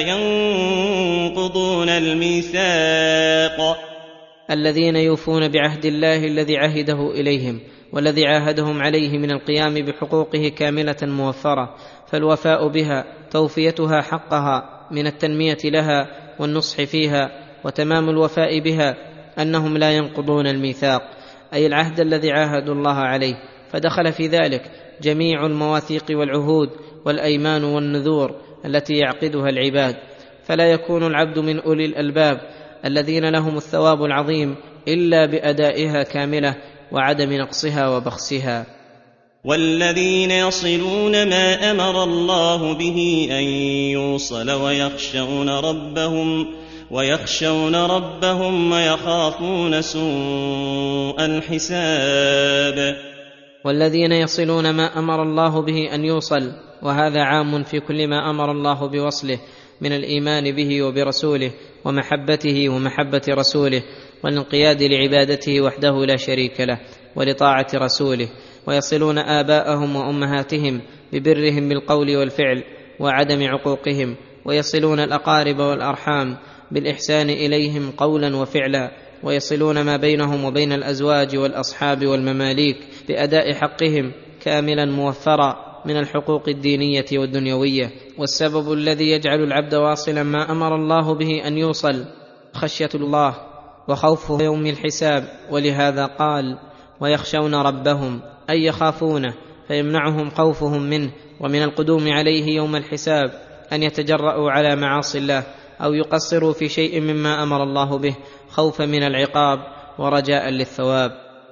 ينقضون الميثاق. الذين يوفون بعهد الله الذي عهده إليهم والذي عاهدهم عليه من القيام بحقوقه كاملة موفرة، فالوفاء بها توفيتها حقها من التنمية لها والنصح فيها، وتمام الوفاء بها أنهم لا ينقضون الميثاق أي العهد الذي عاهدوا الله عليه، فدخل في ذلك جميع المواثيق والعهود والأيمان والنذور التي يعقدها العباد. فلا يكون العبد من أولي الألباب الذين لهم الثواب العظيم إلا بأدائها كاملة وعدم نقصها وبخسها. والذين يصلون ما أمر الله به أن يوصل ويخشون ربهم ويخشون ربهم ويخافون سوء الحساب. والذين يصلون ما أمر الله به أن يوصل، وهذا عام في كل ما أمر الله بوصله من الإيمان به وبرسوله ومحبته ومحبة رسوله والانقياد لعبادته وحده لا شريك له ولطاعة رسوله. ويصلون آباءهم وأمهاتهم ببرهم بالقول والفعل وعدم عقوقهم، ويصلون الأقارب والأرحام بالإحسان إليهم قولا وفعلا، ويصلون ما بينهم وبين الأزواج والأصحاب والمماليك بأداء حقهم كاملا موفرا من الحقوق الدينية والدنيوية. والسبب الذي يجعل العبد واصلا ما أمر الله به أن يوصل خشية الله وخوفه يوم الحساب، ولهذا قال: ويخشون ربهم أي يخافونه، فيمنعهم خوفهم منه ومن القدوم عليه يوم الحساب أن يتجرؤوا على معاصي الله أو يقصروا في شيء مما أمر الله به خوفا من العقاب ورجاء للثواب.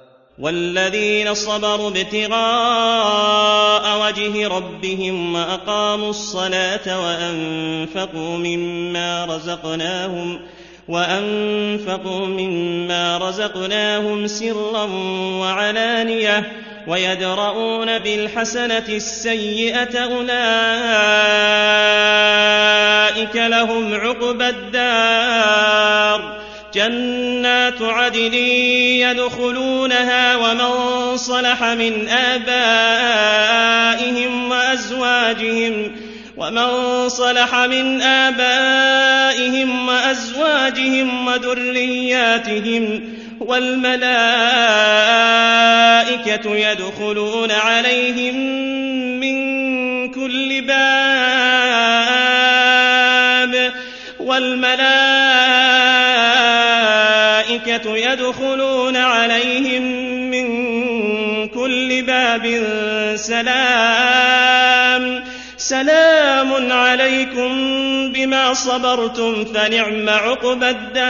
والذين صبروا ابتغاء وجه ربهم وأقاموا الصلاة وأنفقوا مما رزقناهم وأنفقوا مما رزقناهم سرا وعلانية ويدرؤون بالحسنة السيئة أولئك لهم عقبى الدار جنات عدن يدخلونها ومن صلح من آبائهم وأزواجهم ومن صلح من آبائهم وأزواجهم وذرياتهم والملائكة يدخلون عليهم من كل باب والملائكة يدخلون عليهم من كل باب سلام سلام عليكم بما صبرتم فنعم عقبى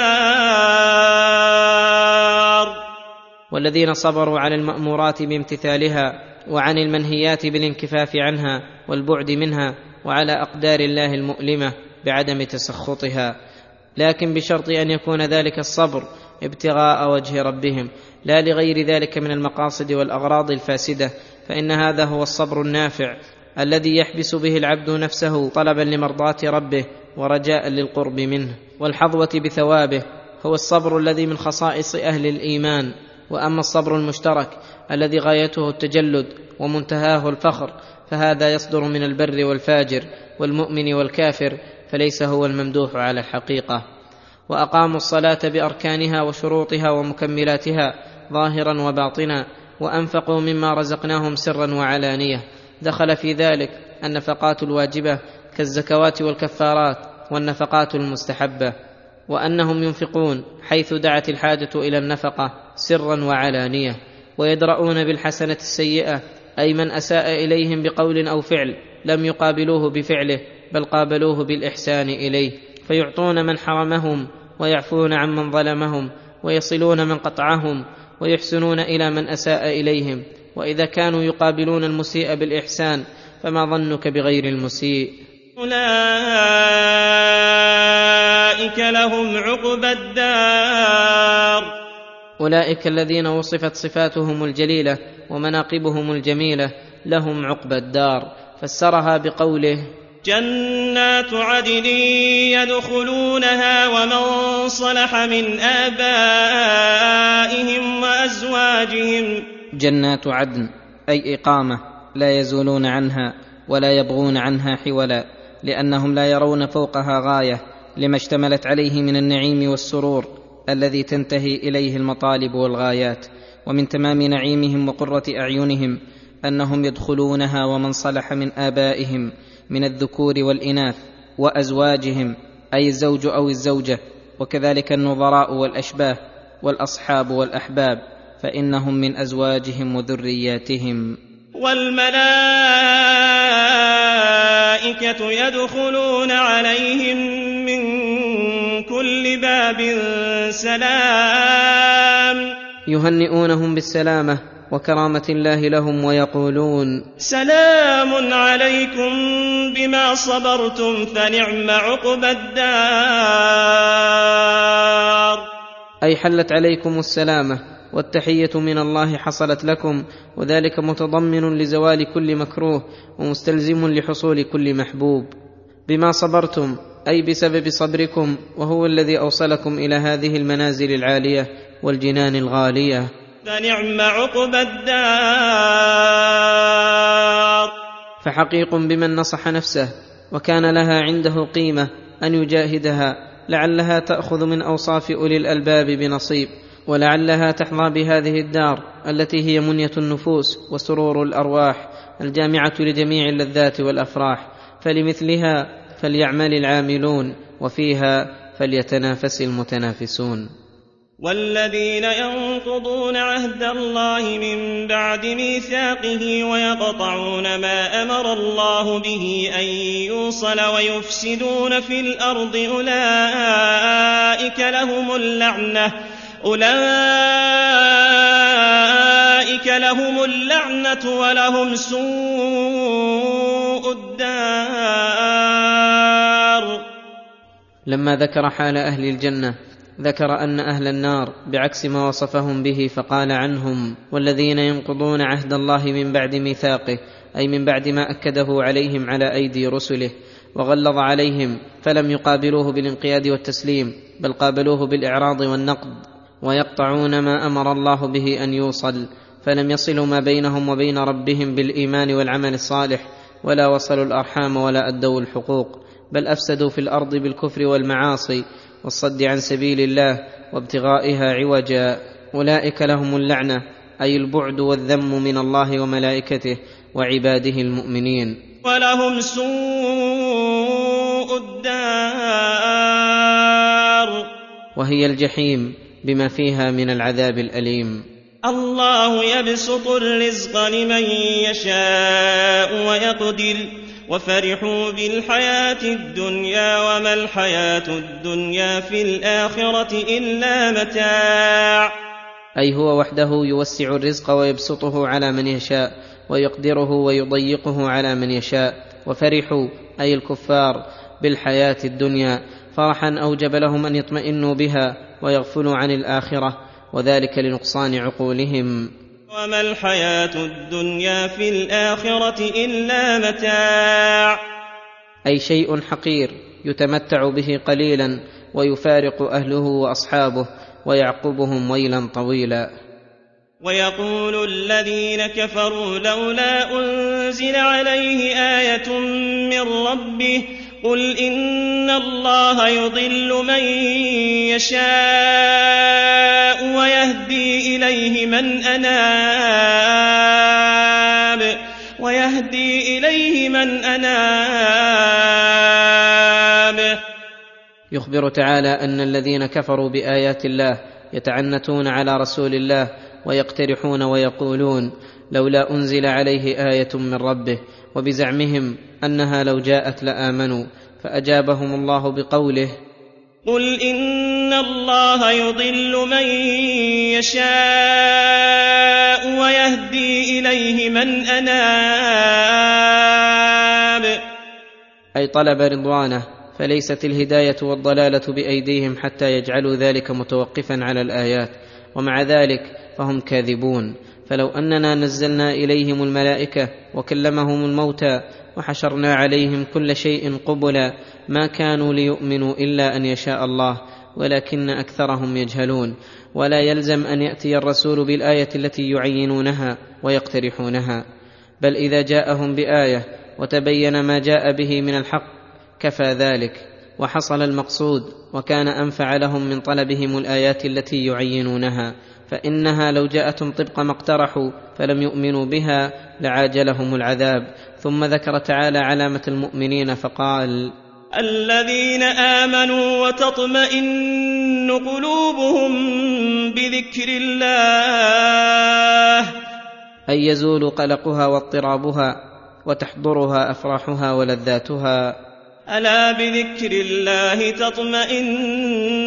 الدار. والذين صبروا على المأمورات بامتثالها وعن المنهيات بالانكفاف عنها والبعد منها، وعلى أقدار الله المؤلمة بعدم تسخطها، لكن بشرط أن يكون ذلك الصبر ابتغاء وجه ربهم لا لغير ذلك من المقاصد والأغراض الفاسدة، فإن هذا هو الصبر النافع الذي يحبس به العبد نفسه طلبا لمرضاة ربه ورجاء للقرب منه والحظوة بثوابه. هو الصبر الذي من خصائص أهل الإيمان. وأما الصبر المشترك الذي غايته التجلد ومنتهاه الفخر فهذا يصدر من البر والفاجر والمؤمن والكافر، فليس هو الممدوح على الحقيقة. وأقاموا الصلاة بأركانها وشروطها ومكملاتها ظاهرا وباطنا، وأنفقوا مما رزقناهم سرا وعلانية. دخل في ذلك النفقات الواجبة كالزكوات والكفارات والنفقات المستحبة، وأنهم ينفقون حيث دعت الحاجة إلى النفقة سرا وعلانية، ويدرؤون بالحسنة السيئة، أي من أساء إليهم بقول أو فعل لم يقابلوه بفعله بل قابلوه بالإحسان إليه، فيعطون من حرمهم ويعفون عن من ظلمهم ويصلون من قطعهم ويحسنون إلى من أساء إليهم. وإذا كانوا يقابلون المسيء بالإحسان فما ظنك بغير المسيء؟ أولئك لهم عقبى الدار. أولئك الذين وصفت صفاتهم الجليلة ومناقبهم الجميلة لهم عقبى الدار، فسرها بقوله: جنات عدن يدخلونها ومن صلح من آبائهم وأزواجهم. جنات عدن أي إقامة لا يزولون عنها ولا يبغون عنها حولا، لأنهم لا يرون فوقها غاية لما اشتملت عليه من النعيم والسرور الذي تنتهي إليه المطالب والغايات. ومن تمام نعيمهم وقرة أعينهم أنهم يدخلونها ومن صلح من آبائهم من الذكور والإناث وأزواجهم أي الزوج أو الزوجة، وكذلك النظراء والأشباه والأصحاب والأحباب، فإنهم من أزواجهم وذرياتهم. والملائكة يدخلون عليهم من كل باب سلام. يهنئونهم بالسلامة وكرامة الله لهم ويقولون: سلام عليكم بما صبرتم فنعم عقبى الدار. أي حلت عليكم السلامة والتحية من الله حصلت لكم، وذلك متضمن لزوال كل مكروه ومستلزم لحصول كل محبوب. بما صبرتم أي بسبب صبركم، وهو الذي أوصلكم إلى هذه المنازل العالية والجنان الغالية. فنعم عقبى الدار. فحقيق بمن نصح نفسه وكان لها عنده قيمة أن يجاهدها، لعلها تأخذ من أوصاف أولي الألباب بنصيب، ولعلها تحظى بهذه الدار التي هي منية النفوس وسرور الأرواح الجامعة لجميع اللذات والأفراح. فلمثلها فليعمل العاملون، وفيها فليتنافس المتنافسون. والذين ينقضون عهد الله من بعد ميثاقه ويقطعون ما أمر الله به أن يوصل ويفسدون في الأرض أولئك لهم اللعنة أولئك لهم اللعنة ولهم سوء الدار. لما ذكر حال أهل الجنة ذكر أن أهل النار بعكس ما وصفهم به، فقال عنهم: والذين ينقضون عهد الله من بعد ميثاقه، أي من بعد ما أكده عليهم على أيدي رسله وغلظ عليهم، فلم يقابلوه بالانقياد والتسليم بل قابلوه بالإعراض والنقد. ويقطعون ما أمر الله به أن يوصل، فلم يصلوا ما بينهم وبين ربهم بالإيمان والعمل الصالح، ولا وصلوا الأرحام ولا أدوا الحقوق، بل أفسدوا في الأرض بالكفر والمعاصي والصد عن سبيل الله وابتغائها عوجا. أولئك لهم اللعنة أي البعد والذم من الله وملائكته وعباده المؤمنين، ولهم سوء الدار، وهي الجحيم بما فيها من العذاب الأليم. الله يبسط الرزق لمن يشاء ويقدر وفرحوا بالحياة الدنيا وما الحياة الدنيا في الآخرة إلا متاع. أي هو وحده يوسع الرزق ويبسطه على من يشاء ويقدره ويضيقه على من يشاء. وفرحوا أي الكفار بالحياة الدنيا فرحا أوجب لهم أن يطمئنوا بها ويغفلوا عن الآخرة، وذلك لنقصان عقولهم. وما الحياة الدنيا في الآخرة إلا متاع، أي شيء حقير يتمتع به قليلا ويفارق أهله وأصحابه ويعقبهم ويلا طويلا. ويقول الذين كفروا لولا أنزل عليه آية من ربه قل إن الله يضل من يشاء ويهدي إليه من أناب ويهدي إليه من أناب. يخبر تعالى أن الذين كفروا بآيات الله يتعنتون على رسول الله ويقترحون ويقولون لولا أنزل عليه آية من ربه، وبزعمهم أنها لو جاءت لآمنوا، فأجابهم الله بقوله قل إن الله يضل من يشاء ويهدي إليه من أناب، أي طلب رضوانه، فليست الهداية والضلالة بأيديهم حتى يجعلوا ذلك متوقفا على الآيات، ومع ذلك فهم كاذبون. فلو أننا نزلنا إليهم الملائكة وكلمهم الموتى وحشرنا عليهم كل شيء قبلا ما كانوا ليؤمنوا إلا أن يشاء الله، ولكن أكثرهم يجهلون. ولا يلزم أن يأتي الرسول بالآية التي يعينونها ويقترحونها، بل إذا جاءهم بآية وتبين ما جاء به من الحق كفى ذلك وحصل المقصود، وكان أنفع لهم من طلبهم الآيات التي يعينونها، فإنها لو جاءتهم طبق ما اقترحوا فلم يؤمنوا بها لعاجلهم العذاب. ثم ذكر تعالى علامة المؤمنين فقال الذين آمنوا وتطمئن قلوبهم بذكر الله، أي يزول قلقها واضطرابها وتحضرها أفراحها ولذاتها. ألا بذكر الله تطمئن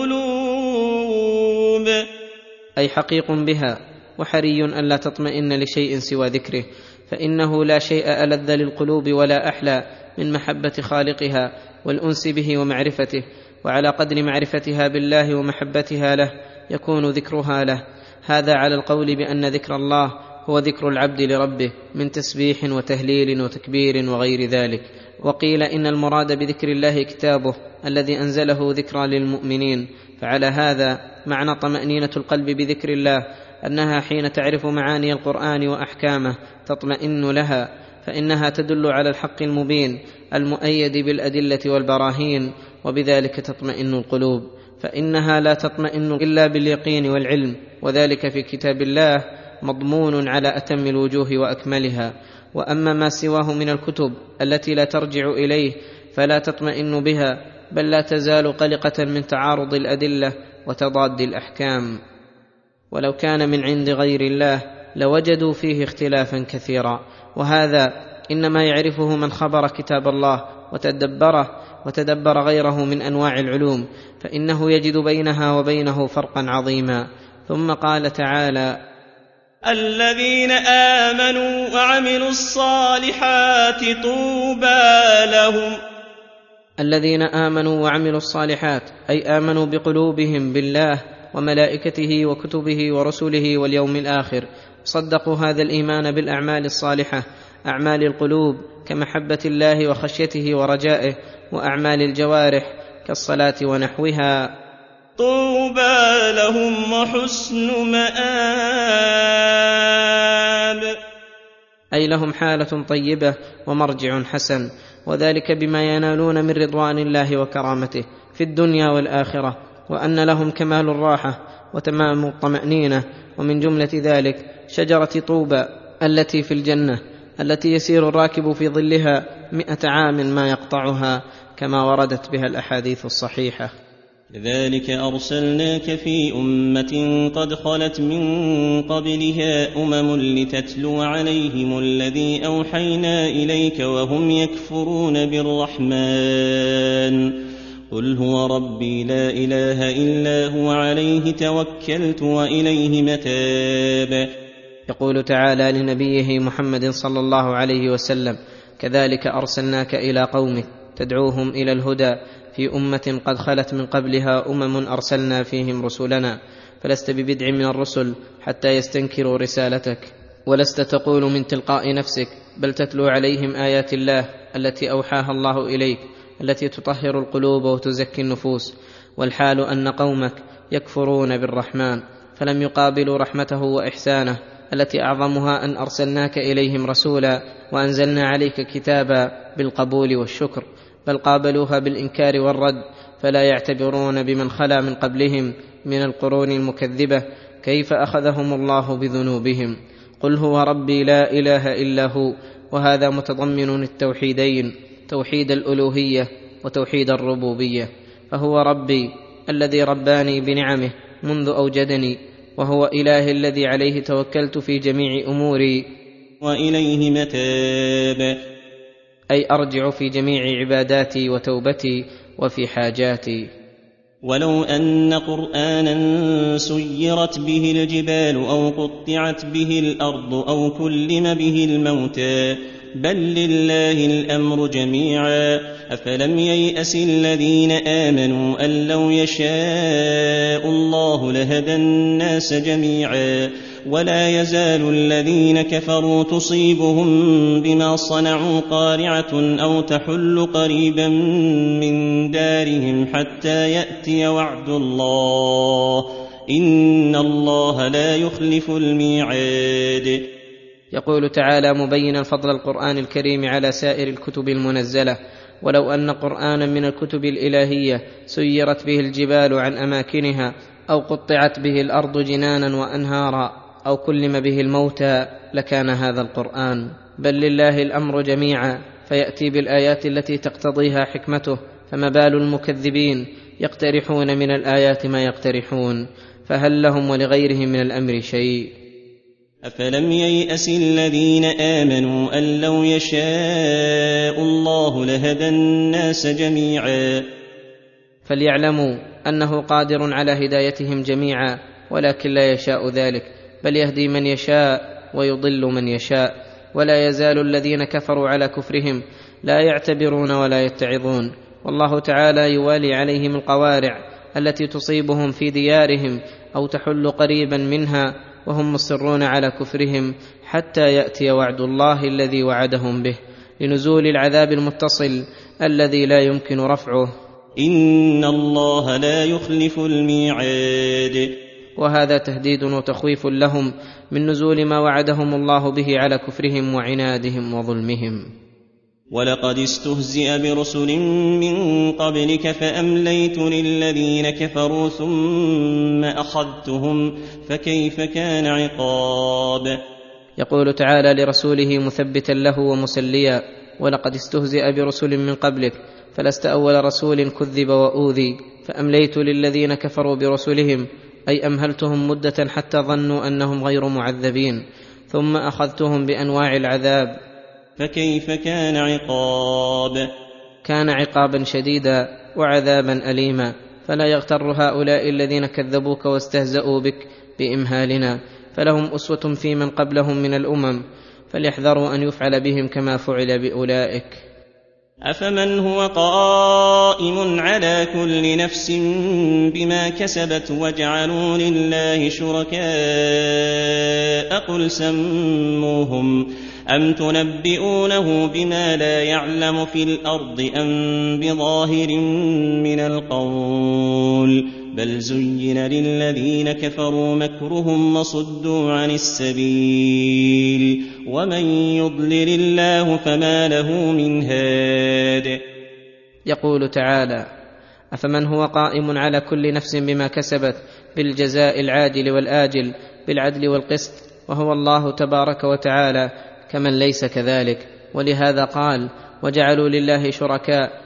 القلوب، أي حقيق بها، وحري أن لا تطمئن لشيء سوى ذكره، فإنه لا شيء ألذ للقلوب ولا أحلى من محبة خالقها والأنس به ومعرفته، وعلى قدر معرفتها بالله ومحبتها له يكون ذكرها له. هذا على القول بأن ذكر الله هو ذكر العبد لربه من تسبيح وتهليل وتكبير وغير ذلك. وقيل إن المراد بذكر الله كتابه الذي أنزله ذكرى للمؤمنين. فعلى هذا معنى طمأنينة القلب بذكر الله أنها حين تعرف معاني القرآن وأحكامه تطمئن لها، فإنها تدل على الحق المبين المؤيد بالأدلة والبراهين، وبذلك تطمئن القلوب. فإنها لا تطمئن إلا باليقين والعلم، وذلك في كتاب الله مضمون على أتم الوجوه وأكملها. وأما ما سواه من الكتب التي لا ترجع إليه فلا تطمئن بها، بل لا تزال قلقة من تعارض الأدلة وتضاد الأحكام. ولو كان من عند غير الله لوجدوا فيه اختلافا كثيرا، وهذا إنما يعرفه من خبر كتاب الله وتدبره وتدبر غيره من أنواع العلوم، فإنه يجد بينها وبينه فرقا عظيما. ثم قال تعالى الذين آمنوا وعملوا الصالحات طوبى لهم. الذين آمنوا وعملوا الصالحات أي آمنوا بقلوبهم بالله وملائكته وكتبه ورسله واليوم الآخر، صدقوا هذا الإيمان بالأعمال الصالحة، أعمال القلوب كمحبة الله وخشيته ورجائه، وأعمال الجوارح كالصلاة ونحوها. طوبى لهم وحسن مآب، أي لهم حالة طيبة ومرجع حسن، وذلك بما ينالون من رضوان الله وكرامته في الدنيا والآخرة، وأن لهم كمال الراحة وتمام الطمأنينة. ومن جملة ذلك شجرة طوبى التي في الجنة، التي يسير الراكب في ظلها مئة عام ما يقطعها، كما وردت بها الأحاديث الصحيحة. كذلك أرسلناك في أمة قد خلت من قبلها أمم لتتلو عليهم الذي أوحينا إليك وهم يكفرون بالرحمن قل هو ربي لا إله إلا هو عليه توكلت وإليه متاب. يقول تعالى لنبيه محمد صلى الله عليه وسلم: كذلك أرسلناك إلى قومك تدعوهم إلى الهدى في أمة قد خلت من قبلها أمم أرسلنا فيهم رسلنا، فلست ببدع من الرسل حتى يستنكروا رسالتك، ولست تقول من تلقاء نفسك، بل تتلو عليهم آيات الله التي أوحاها الله إليك، التي تطهر القلوب وتزكي النفوس، والحال أن قومك يكفرون بالرحمن، فلم يقابلوا رحمته وإحسانه التي أعظمها أن أرسلناك إليهم رسولا وأنزلنا عليك كتابا بالقبول والشكر، بل قابلوها بالإنكار والرد، فلا يعتبرون بمن خلا من قبلهم من القرون المكذبة كيف أخذهم الله بذنوبهم. قل هو ربي لا إله إلا هو، وهذا متضمن التوحيدين، توحيد الألوهية وتوحيد الربوبية، فهو ربي الذي رباني بنعمه منذ أوجدني، وهو إله الذي عليه توكلت في جميع أموري، وإليه متاب، أي أرجع في جميع عباداتي وتوبتي وفي حاجاتي. ولو أن قرآنا سيرت به الجبال أو قطعت به الأرض أو كلم به الموتى بل لله الأمر جميعا أفلم ييأس الذين آمنوا أن لو يشاء الله لهدى الناس جميعا ولا يزال الذين كفروا تصيبهم بما صنعوا قارعة أو تحل قريبا من دارهم حتى يأتي وعد الله إن الله لا يخلف الميعاد. يقول تعالى مبينا فضل القرآن الكريم على سائر الكتب المنزلة: ولو أن قرآنا من الكتب الإلهية سيرت به الجبال عن أماكنها أو قطعت به الأرض جنانا وأنهارا أو كلم به الموتى لكان هذا القرآن، بل لله الأمر جميعا، فيأتي بالآيات التي تقتضيها حكمته، فما بال المكذبين يقترحون من الآيات ما يقترحون، فهل لهم ولغيرهم من الأمر شيء؟ أفلم ييأس الذين آمنوا أن لو يشاء الله لهدى الناس جميعا. فليعلموا أنه قادر على هدايتهم جميعا، ولكن لا يشاء ذلك، بل يهدي من يشاء ويضل من يشاء، ولا يزال الذين كفروا على كفرهم لا يعتبرون ولا يتعظون، والله تعالى يوالي عليهم القوارع التي تصيبهم في ديارهم أو تحل قريبا منها وهم مصرون على كفرهم حتى يأتي وعد الله الذي وعدهم به، لنزول العذاب المتصل الذي لا يمكن رفعه، إن الله لا يخلف الميعاد. وهذا تهديد وتخويف لهم من نزول ما وعدهم الله به على كفرهم وعنادهم وظلمهم. ولقد استهزئ برسل من قبلك فأمليت للذين كفروا ثم أخذتهم فكيف كان عقاب. يقول تعالى لرسوله مثبتا له ومسليا: ولقد استهزئ برسل من قبلك، فلست أول رسول كذب وأوذي، فأمليت للذين كفروا برسلهم، أي أمهلتهم مدة حتى ظنوا أنهم غير معذبين، ثم أخذتهم بأنواع العذاب فكيف كان عقاب. كان عقابا شديدا وعذابا أليما، فلا يغتر هؤلاء الذين كذبوك واستهزأوا بك بإمهالنا، فلهم أسوة في من قبلهم من الأمم، فليحذروا أن يفعل بهم كما فعل بأولئك. أفمن هو قائم على كل نفس بما كسبت وجعلوا لله شركاء قل سموهم أم تنبئونه بما لا يعلم في الأرض أم بظاهر من القول بل زين للذين كفروا مكرهم وصدوا عن السبيل ومن يضلل الله فما له من هاد. يقول تعالى: أفمن هو قائم على كل نفس بما كسبت بالجزاء العاجل والآجل بالعدل والقسط، وهو الله تبارك وتعالى، كمن ليس كذلك. ولهذا قال: وجعلوا لله شركاء،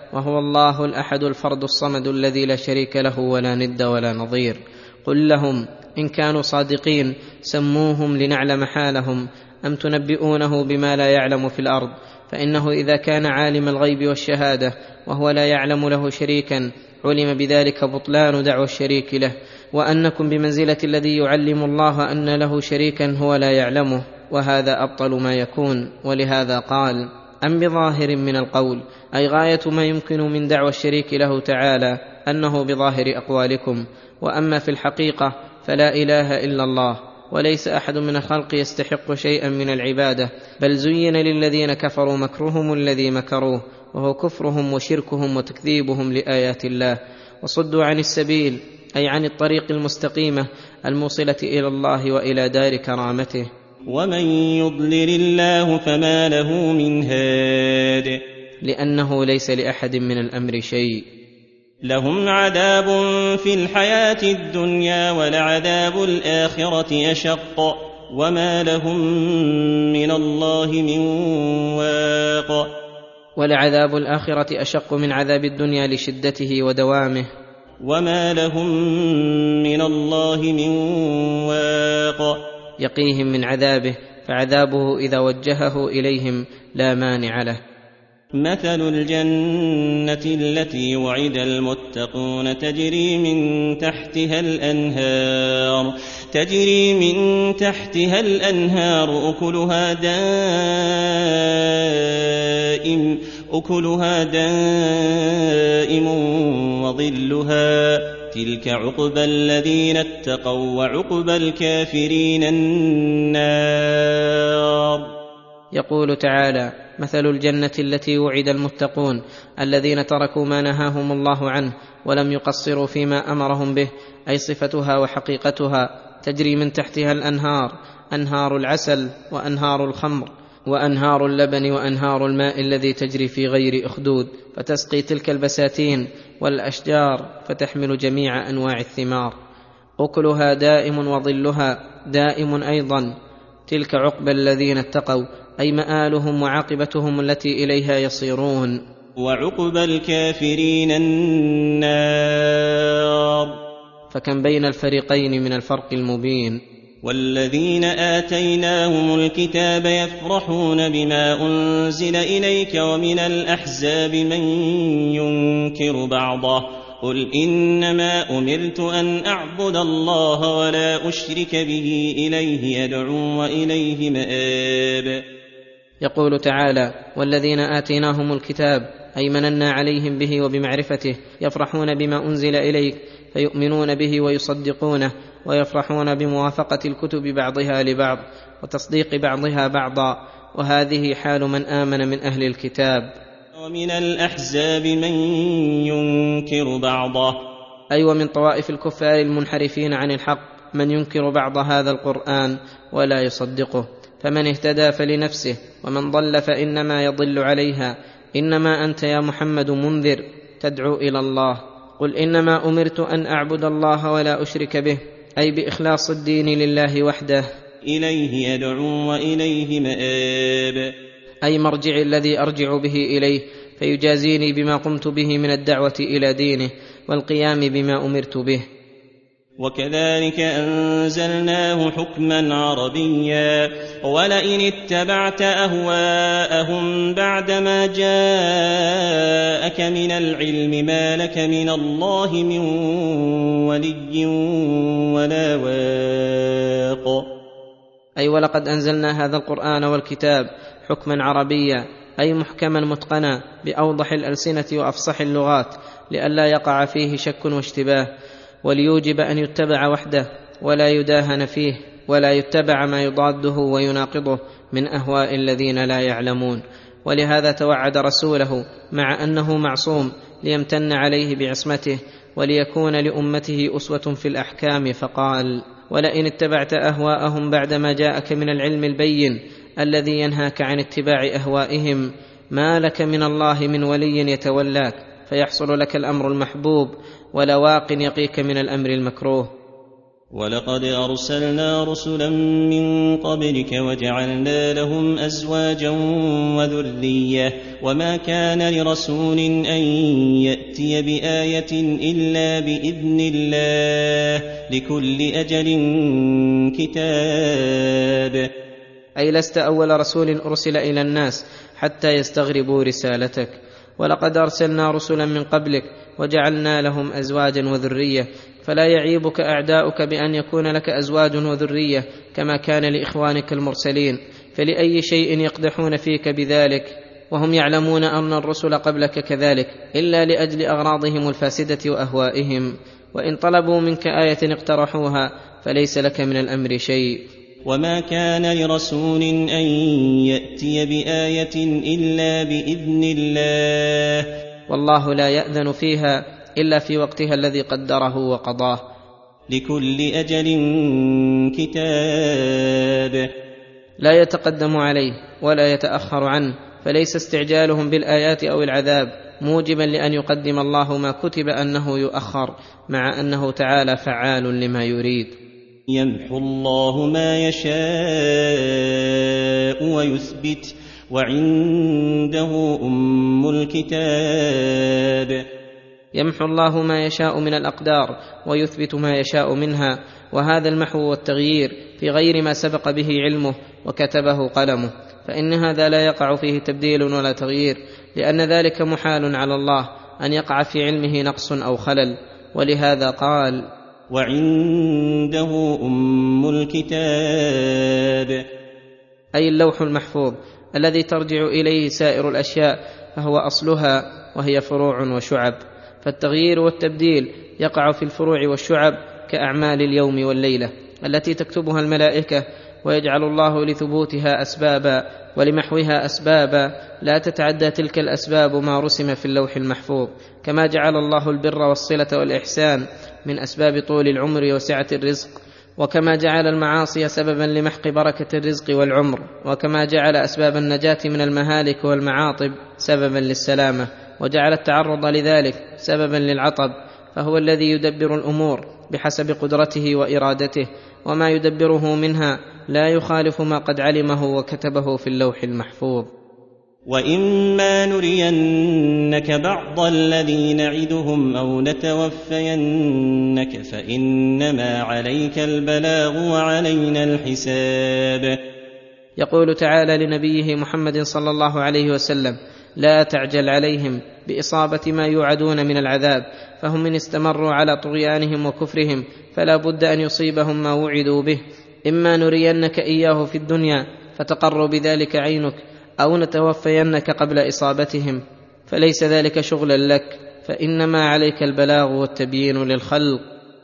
وهو الله الأحد الفرد الصمد الذي لا شريك له ولا ند ولا نظير. قل لهم إن كانوا صادقين سموهم لنعلم حالهم، أم تنبئونه بما لا يعلم في الأرض؟ فإنه إذا كان عالم الغيب والشهادة وهو لا يعلم له شريكا علم بذلك بطلان دعوى الشريك له، وأنكم بمنزلة الذي يعلم الله أن له شريكا هو لا يعلمه، وهذا أبطل ما يكون. ولهذا قال: أم بظاهر من القول، أي غاية ما يمكن من دعوى الشريك له تعالى أنه بظاهر أقوالكم، وأما في الحقيقة فلا إله إلا الله، وليس أحد من الخلق يستحق شيئا من العبادة، بل زين للذين كفروا مكرهم الذي مكروه، وهو كفرهم وشركهم وتكذيبهم لآيات الله، وصدوا عن السبيل أي عن الطريق المستقيمة الموصلة إلى الله وإلى دار كرامته. ومن يضلل الله فما له من هاد، لأنه ليس لأحد من الأمر شيء. لهم عذاب في الحياة الدنيا ولعذاب الآخرة أشق، وما لهم من الله من واق. ولعذاب الآخرة أشق من عذاب الدنيا لشدته ودوامه، وما لهم من الله من واق. يقيهم من عذابه، فعذابه إذا وجهه إليهم لا مانع له. مثل الجنة التي وعد المتقون تجري من تحتها الأنهار تجري من تحتها الأنهار أكلها دائم أكلها دائم وظلها، تلك عقبى الذين اتقوا وعقبى الكافرين النار. يقول تعالى: مثل الجنة التي وعد المتقون الذين تركوا ما نهاهم الله عنه ولم يقصروا فيما أمرهم به، أي صفتها وحقيقتها، تجري من تحتها الأنهار، أنهار العسل وأنهار الخمر وأنهار اللبن وأنهار الماء الذي تجري في غير أخدود، فتسقي تلك البساتين والأشجار فتحمل جميع أنواع الثمار. أكلها دائم وظلها دائم أيضا، تلك عقبى الذين اتقوا، أي مآلهم وعاقبتهم التي إليها يصيرون. وعقبى الكافرين النار. فكم بين الفريقين من الفرق المبين. والذين آتيناهم الكتاب يفرحون بما أنزل إليك ومن الأحزاب من ينكر بعضه، قل إنما أمرت أن أعبد الله ولا أشرك به إليه أدعو وإليه مآب. يقول تعالى: والذين آتيناهم الكتاب، أي مننا عليهم به وبمعرفته، يفرحون بما أنزل إليك فيؤمنون به ويصدقونه، ويفرحون بموافقة الكتب بعضها لبعض وتصديق بعضها بعضا، وهذه حال من آمن من أهل الكتاب. ومن الأحزاب من ينكر بعضه، أي ومن طوائف الكفار المنحرفين عن الحق من ينكر بعض هذا القرآن ولا يصدقه، فمن اهتدى فلنفسه ومن ضل فإنما يضل عليها. إنما أنت يا محمد منذر تدعو إلى الله. قل إنما أمرت أن أعبد الله ولا أشرك به، أي بإخلاص الدين لله وحده، إليه يدعو وإليه مآب، أي مرجع الذي أرجع به إليه فيجازيني بما قمت به من الدعوة إلى دينه والقيام بما أمرت به. وكذلك أنزلناه حكما عربيا، ولئن اتبعت أهواءهم بعدما جاءك من العلم ما لك من الله من ولي ولا واق. أي ولقد أنزلنا هذا القرآن والكتاب حكما عربيا، أي محكما متقنا بأوضح الألسنة وأفصح اللغات، لئلا يقع فيه شك واشتباه، وليوجب أن يتبع وحده ولا يداهن فيه، ولا يتبع ما يضاده ويناقضه من أهواء الذين لا يعلمون. ولهذا توعد رسوله مع أنه معصوم ليمتن عليه بعصمته وليكون لأمته أسوة في الأحكام، فقال: ولئن اتبعت أهواءهم بعدما جاءك من العلم البين الذي ينهاك عن اتباع أهوائهم ما لك من الله من ولي يتولاك فيحصل لك الأمر المحبوب، ولا واق يقيك من الأمر المكروه. ولقد أرسلنا رسلا من قبلك وجعلنا لهم أزواجا وذرية وما كان لرسول أن يأتي بآية إلا بإذن الله لكل أجل كتاب. أي لست أول رسول أرسل إلى الناس حتى يستغربوا رسالتك. ولقد أرسلنا رسلا من قبلك وجعلنا لهم أزواجا وذرية، فلا يعيبك أعداؤك بأن يكون لك أزواج وذرية كما كان لإخوانك المرسلين، فلأي شيء يقدحون فيك بذلك وهم يعلمون أن الرسل قبلك كذلك، إلا لأجل أغراضهم الفاسدة وأهوائهم. وإن طلبوا منك آية اقترحوها فليس لك من الأمر شيء. وما كان لرسول أن يأتي بآية إلا بإذن الله، والله لا يأذن فيها إلا في وقتها الذي قدره وقضاه. لكل أجل كتاب. لا يتقدم عليه ولا يتأخر عنه، فليس استعجالهم بالآيات أو العذاب موجبا لأن يقدم الله ما كتب أنه يؤخر، مع أنه تعالى فعال لما يريد. يمحو الله ما يشاء ويثبت وعنده أم الكتاب. يمحو الله ما يشاء من الأقدار ويثبت ما يشاء منها، وهذا المحو والتغيير في غير ما سبق به علمه وكتبه قلمه، فإن هذا لا يقع فيه تبديل ولا تغيير، لأن ذلك محال على الله أن يقع في علمه نقص أو خلل. ولهذا قال: وعنده أم الكتاب، أي اللوح المحفوظ الذي ترجع إليه سائر الأشياء، فهو أصلها وهي فروع وشعب. فالتغيير والتبديل يقع في الفروع والشعب كأعمال اليوم والليلة التي تكتبها الملائكة، ويجعل الله لثبوتها أسبابا ولمحوها أسبابا لا تتعدى تلك الأسباب ما رسم في اللوح المحفوظ، كما جعل الله البر والصلة والإحسان من أسباب طول العمر وسعة الرزق، وكما جعل المعاصي سببا لمحق بركة الرزق والعمر، وكما جعل أسباب النجاة من المهالك والمعاطب سببا للسلامة، وجعل التعرض لذلك سببا للعطب. فهو الذي يدبر الأمور بحسب قدرته وإرادته، وما يدبره منها لا يخالف ما قد علمه وكتبه في اللوح المحفوظ. وإما نرينك بعض الذي نعدهم أو نتوفينك فإنما عليك البلاغ وعلينا الحساب. يقول تعالى لنبيه محمد صلى الله عليه وسلم: لا تعجل عليهم بإصابة ما يوعدون من العذاب، فهم إن استمروا على طغيانهم وكفرهم فلا بد أن يصيبهم ما وعدوا به، إما نرينك إياه في الدنيا فتقر بذلك عينك، أو نتوفينك قبل إصابتهم، فليس ذلك شغلا لك، فإنما عليك البلاغ والتبيين للخلق.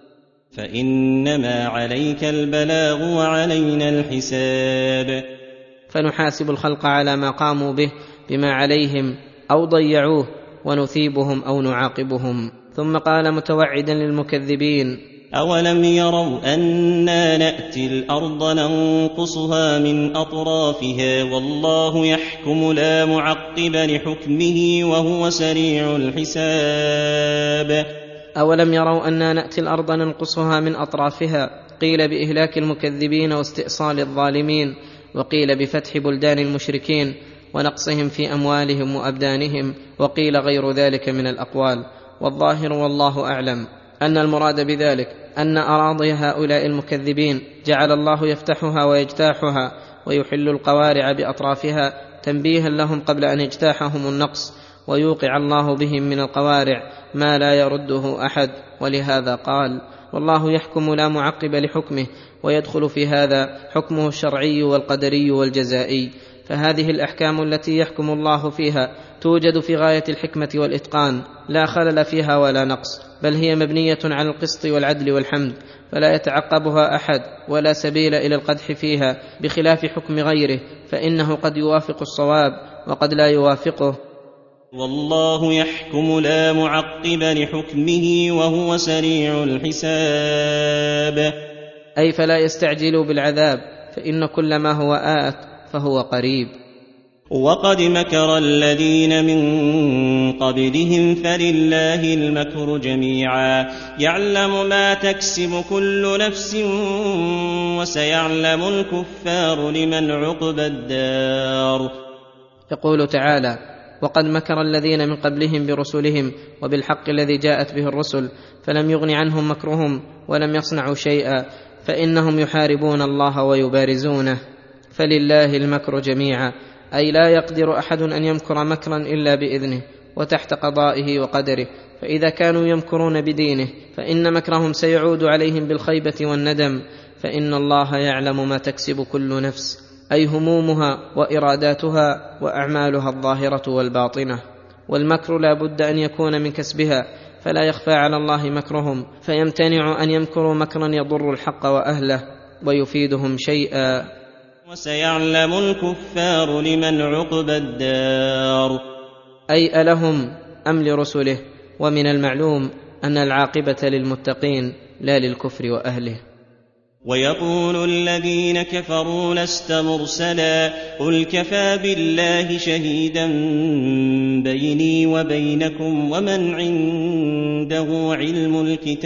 فإنما عليك البلاغ وعلينا الحساب. فنحاسب الخلق على ما قاموا به بما عليهم أو ضيعوه، ونثيبهم أو نعاقبهم. ثم قال متوعدا للمكذبين: أولم يروا أنا نأتي الأرض ننقصها من أطرافها والله يحكم لا معقب لحكمه وهو سريع الحساب. أولم يروا أنا نأتي الأرض ننقصها من أطرافها، قيل بإهلاك المكذبين واستئصال الظالمين، وقيل بفتح بلدان المشركين ونقصهم في أموالهم وأبدانهم، وقيل غير ذلك من الأقوال. والظاهر والله أعلم أن المراد بذلك أن أراضي هؤلاء المكذبين جعل الله يفتحها ويجتاحها ويحل القوارع بأطرافها تنبيها لهم قبل أن يجتاحهم النقص، ويوقع الله بهم من القوارع ما لا يرده أحد. ولهذا قال: والله يحكم لا معقب لحكمه، ويدخل في هذا حكمه الشرعي والقدري والجزائي. فهذه الأحكام التي يحكم الله فيها توجد في غاية الحكمة والإتقان، لا خلل فيها ولا نقص، بل هي مبنية على القسط والعدل والحمد، فلا يتعقبها أحد ولا سبيل إلى القدح فيها، بخلاف حكم غيره فإنه قد يوافق الصواب وقد لا يوافقه. والله يحكم لا معقب لحكمه وهو سريع الحساب. أي فلا يستعجلوا بالعذاب، فإن كل ما هو آت فهو قريب. وقد مكر الذين من قبلهم فلله المكر جميعا يعلم ما تكسب كل نفس وسيعلم الكفار لمن عقبى الدار. يقول تعالى: وقد مكر الذين من قبلهم برسلهم وبالحق الذي جاءت به الرسل فلم يغن عنهم مكرهم ولم يصنعوا شيئا فإنهم يحاربون الله ويبارزونه. فلله المكر جميعا، أي لا يقدر أحد أن يمكر مكرا إلا بإذنه وتحت قضائه وقدره، فإذا كانوا يمكرون بدينه فإن مكرهم سيعود عليهم بالخيبة والندم، فإن الله يعلم ما تكسب كل نفس، أي همومها وإراداتها وأعمالها الظاهرة والباطنة. والمكر لا بد أن يكون من كسبها، فلا يخفى على الله مكرهم، فيمتنع أن يمكروا مكرا يضر الحق وأهله ويفيدهم شيئا. وسيعلم الكفار لمن عقبى الدار، أي ألهم أم لرسله؟ ومن المعلوم أن العاقبة للمتقين لا للكفر وأهله. ويقول الذين كفروا لست مرسلا قل كفى بالله شهيدا بيني وبينكم ومن عنده علم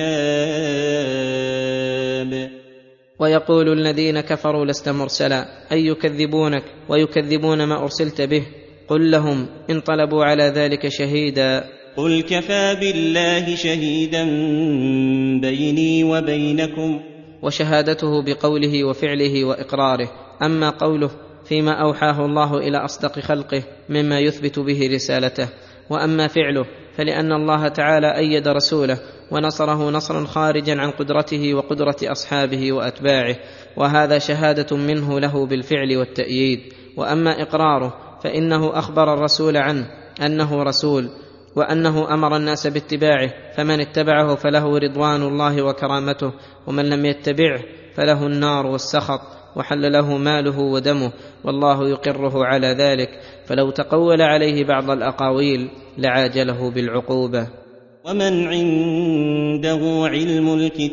الكتاب. ويقول الذين كفروا لست مرسلا، أي يكذبونك ويكذبون ما أرسلت به. قل لهم إن طلبوا على ذلك شهيدا قل كفى بالله شهيدا بيني وبينكم، وشهادته بقوله وفعله وإقراره. أما قوله فيما أوحاه الله إلى أصدق خلقه مما يثبت به رسالته، وأما فعله فلأن الله تعالى أيد رسوله ونصره نصرا خارجا عن قدرته وقدرة أصحابه وأتباعه، وهذا شهادة منه له بالفعل والتأييد. وأما إقراره فإنه أخبر الرسول عنه أنه رسول، وأنه أمر الناس باتباعه، فمن اتبعه فله رضوان الله وكرامته، ومن لم يتبعه فله النار والسخط، وحل له ماله ودمه، والله يقره على ذلك، فلو تقول عليه بعض الأقاويل لعاجله بالعقوبة. ومن عنده علم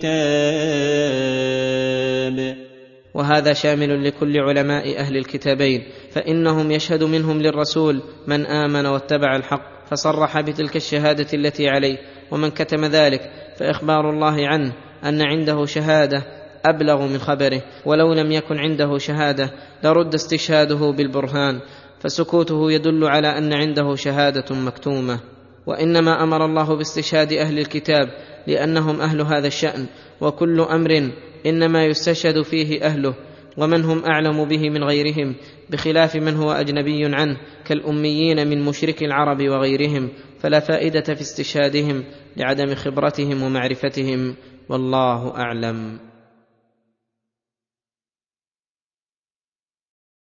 الكتاب، وهذا شامل لكل علماء أهل الكتابين، فإنهم يشهد منهم للرسول من آمن واتبع الحق فصرح بتلك الشهادة التي عليه، ومن كتم ذلك فإخبار الله عنه أن عنده شهادة أبلغ من خبره، ولو لم يكن عنده شهادة لرد استشهاده بالبرهان، فسكوته يدل على أن عنده شهادة مكتومة. وإنما أمر الله باستشهاد أهل الكتاب لأنهم أهل هذا الشأن، وكل أمر إنما يستشهد فيه أهله، ومن هم أعلم به من غيرهم، بخلاف من هو أجنبي عنه كالأميين من مشرك العرب وغيرهم، فلا فائدة في استشهادهم لعدم خبرتهم ومعرفتهم، والله أعلم.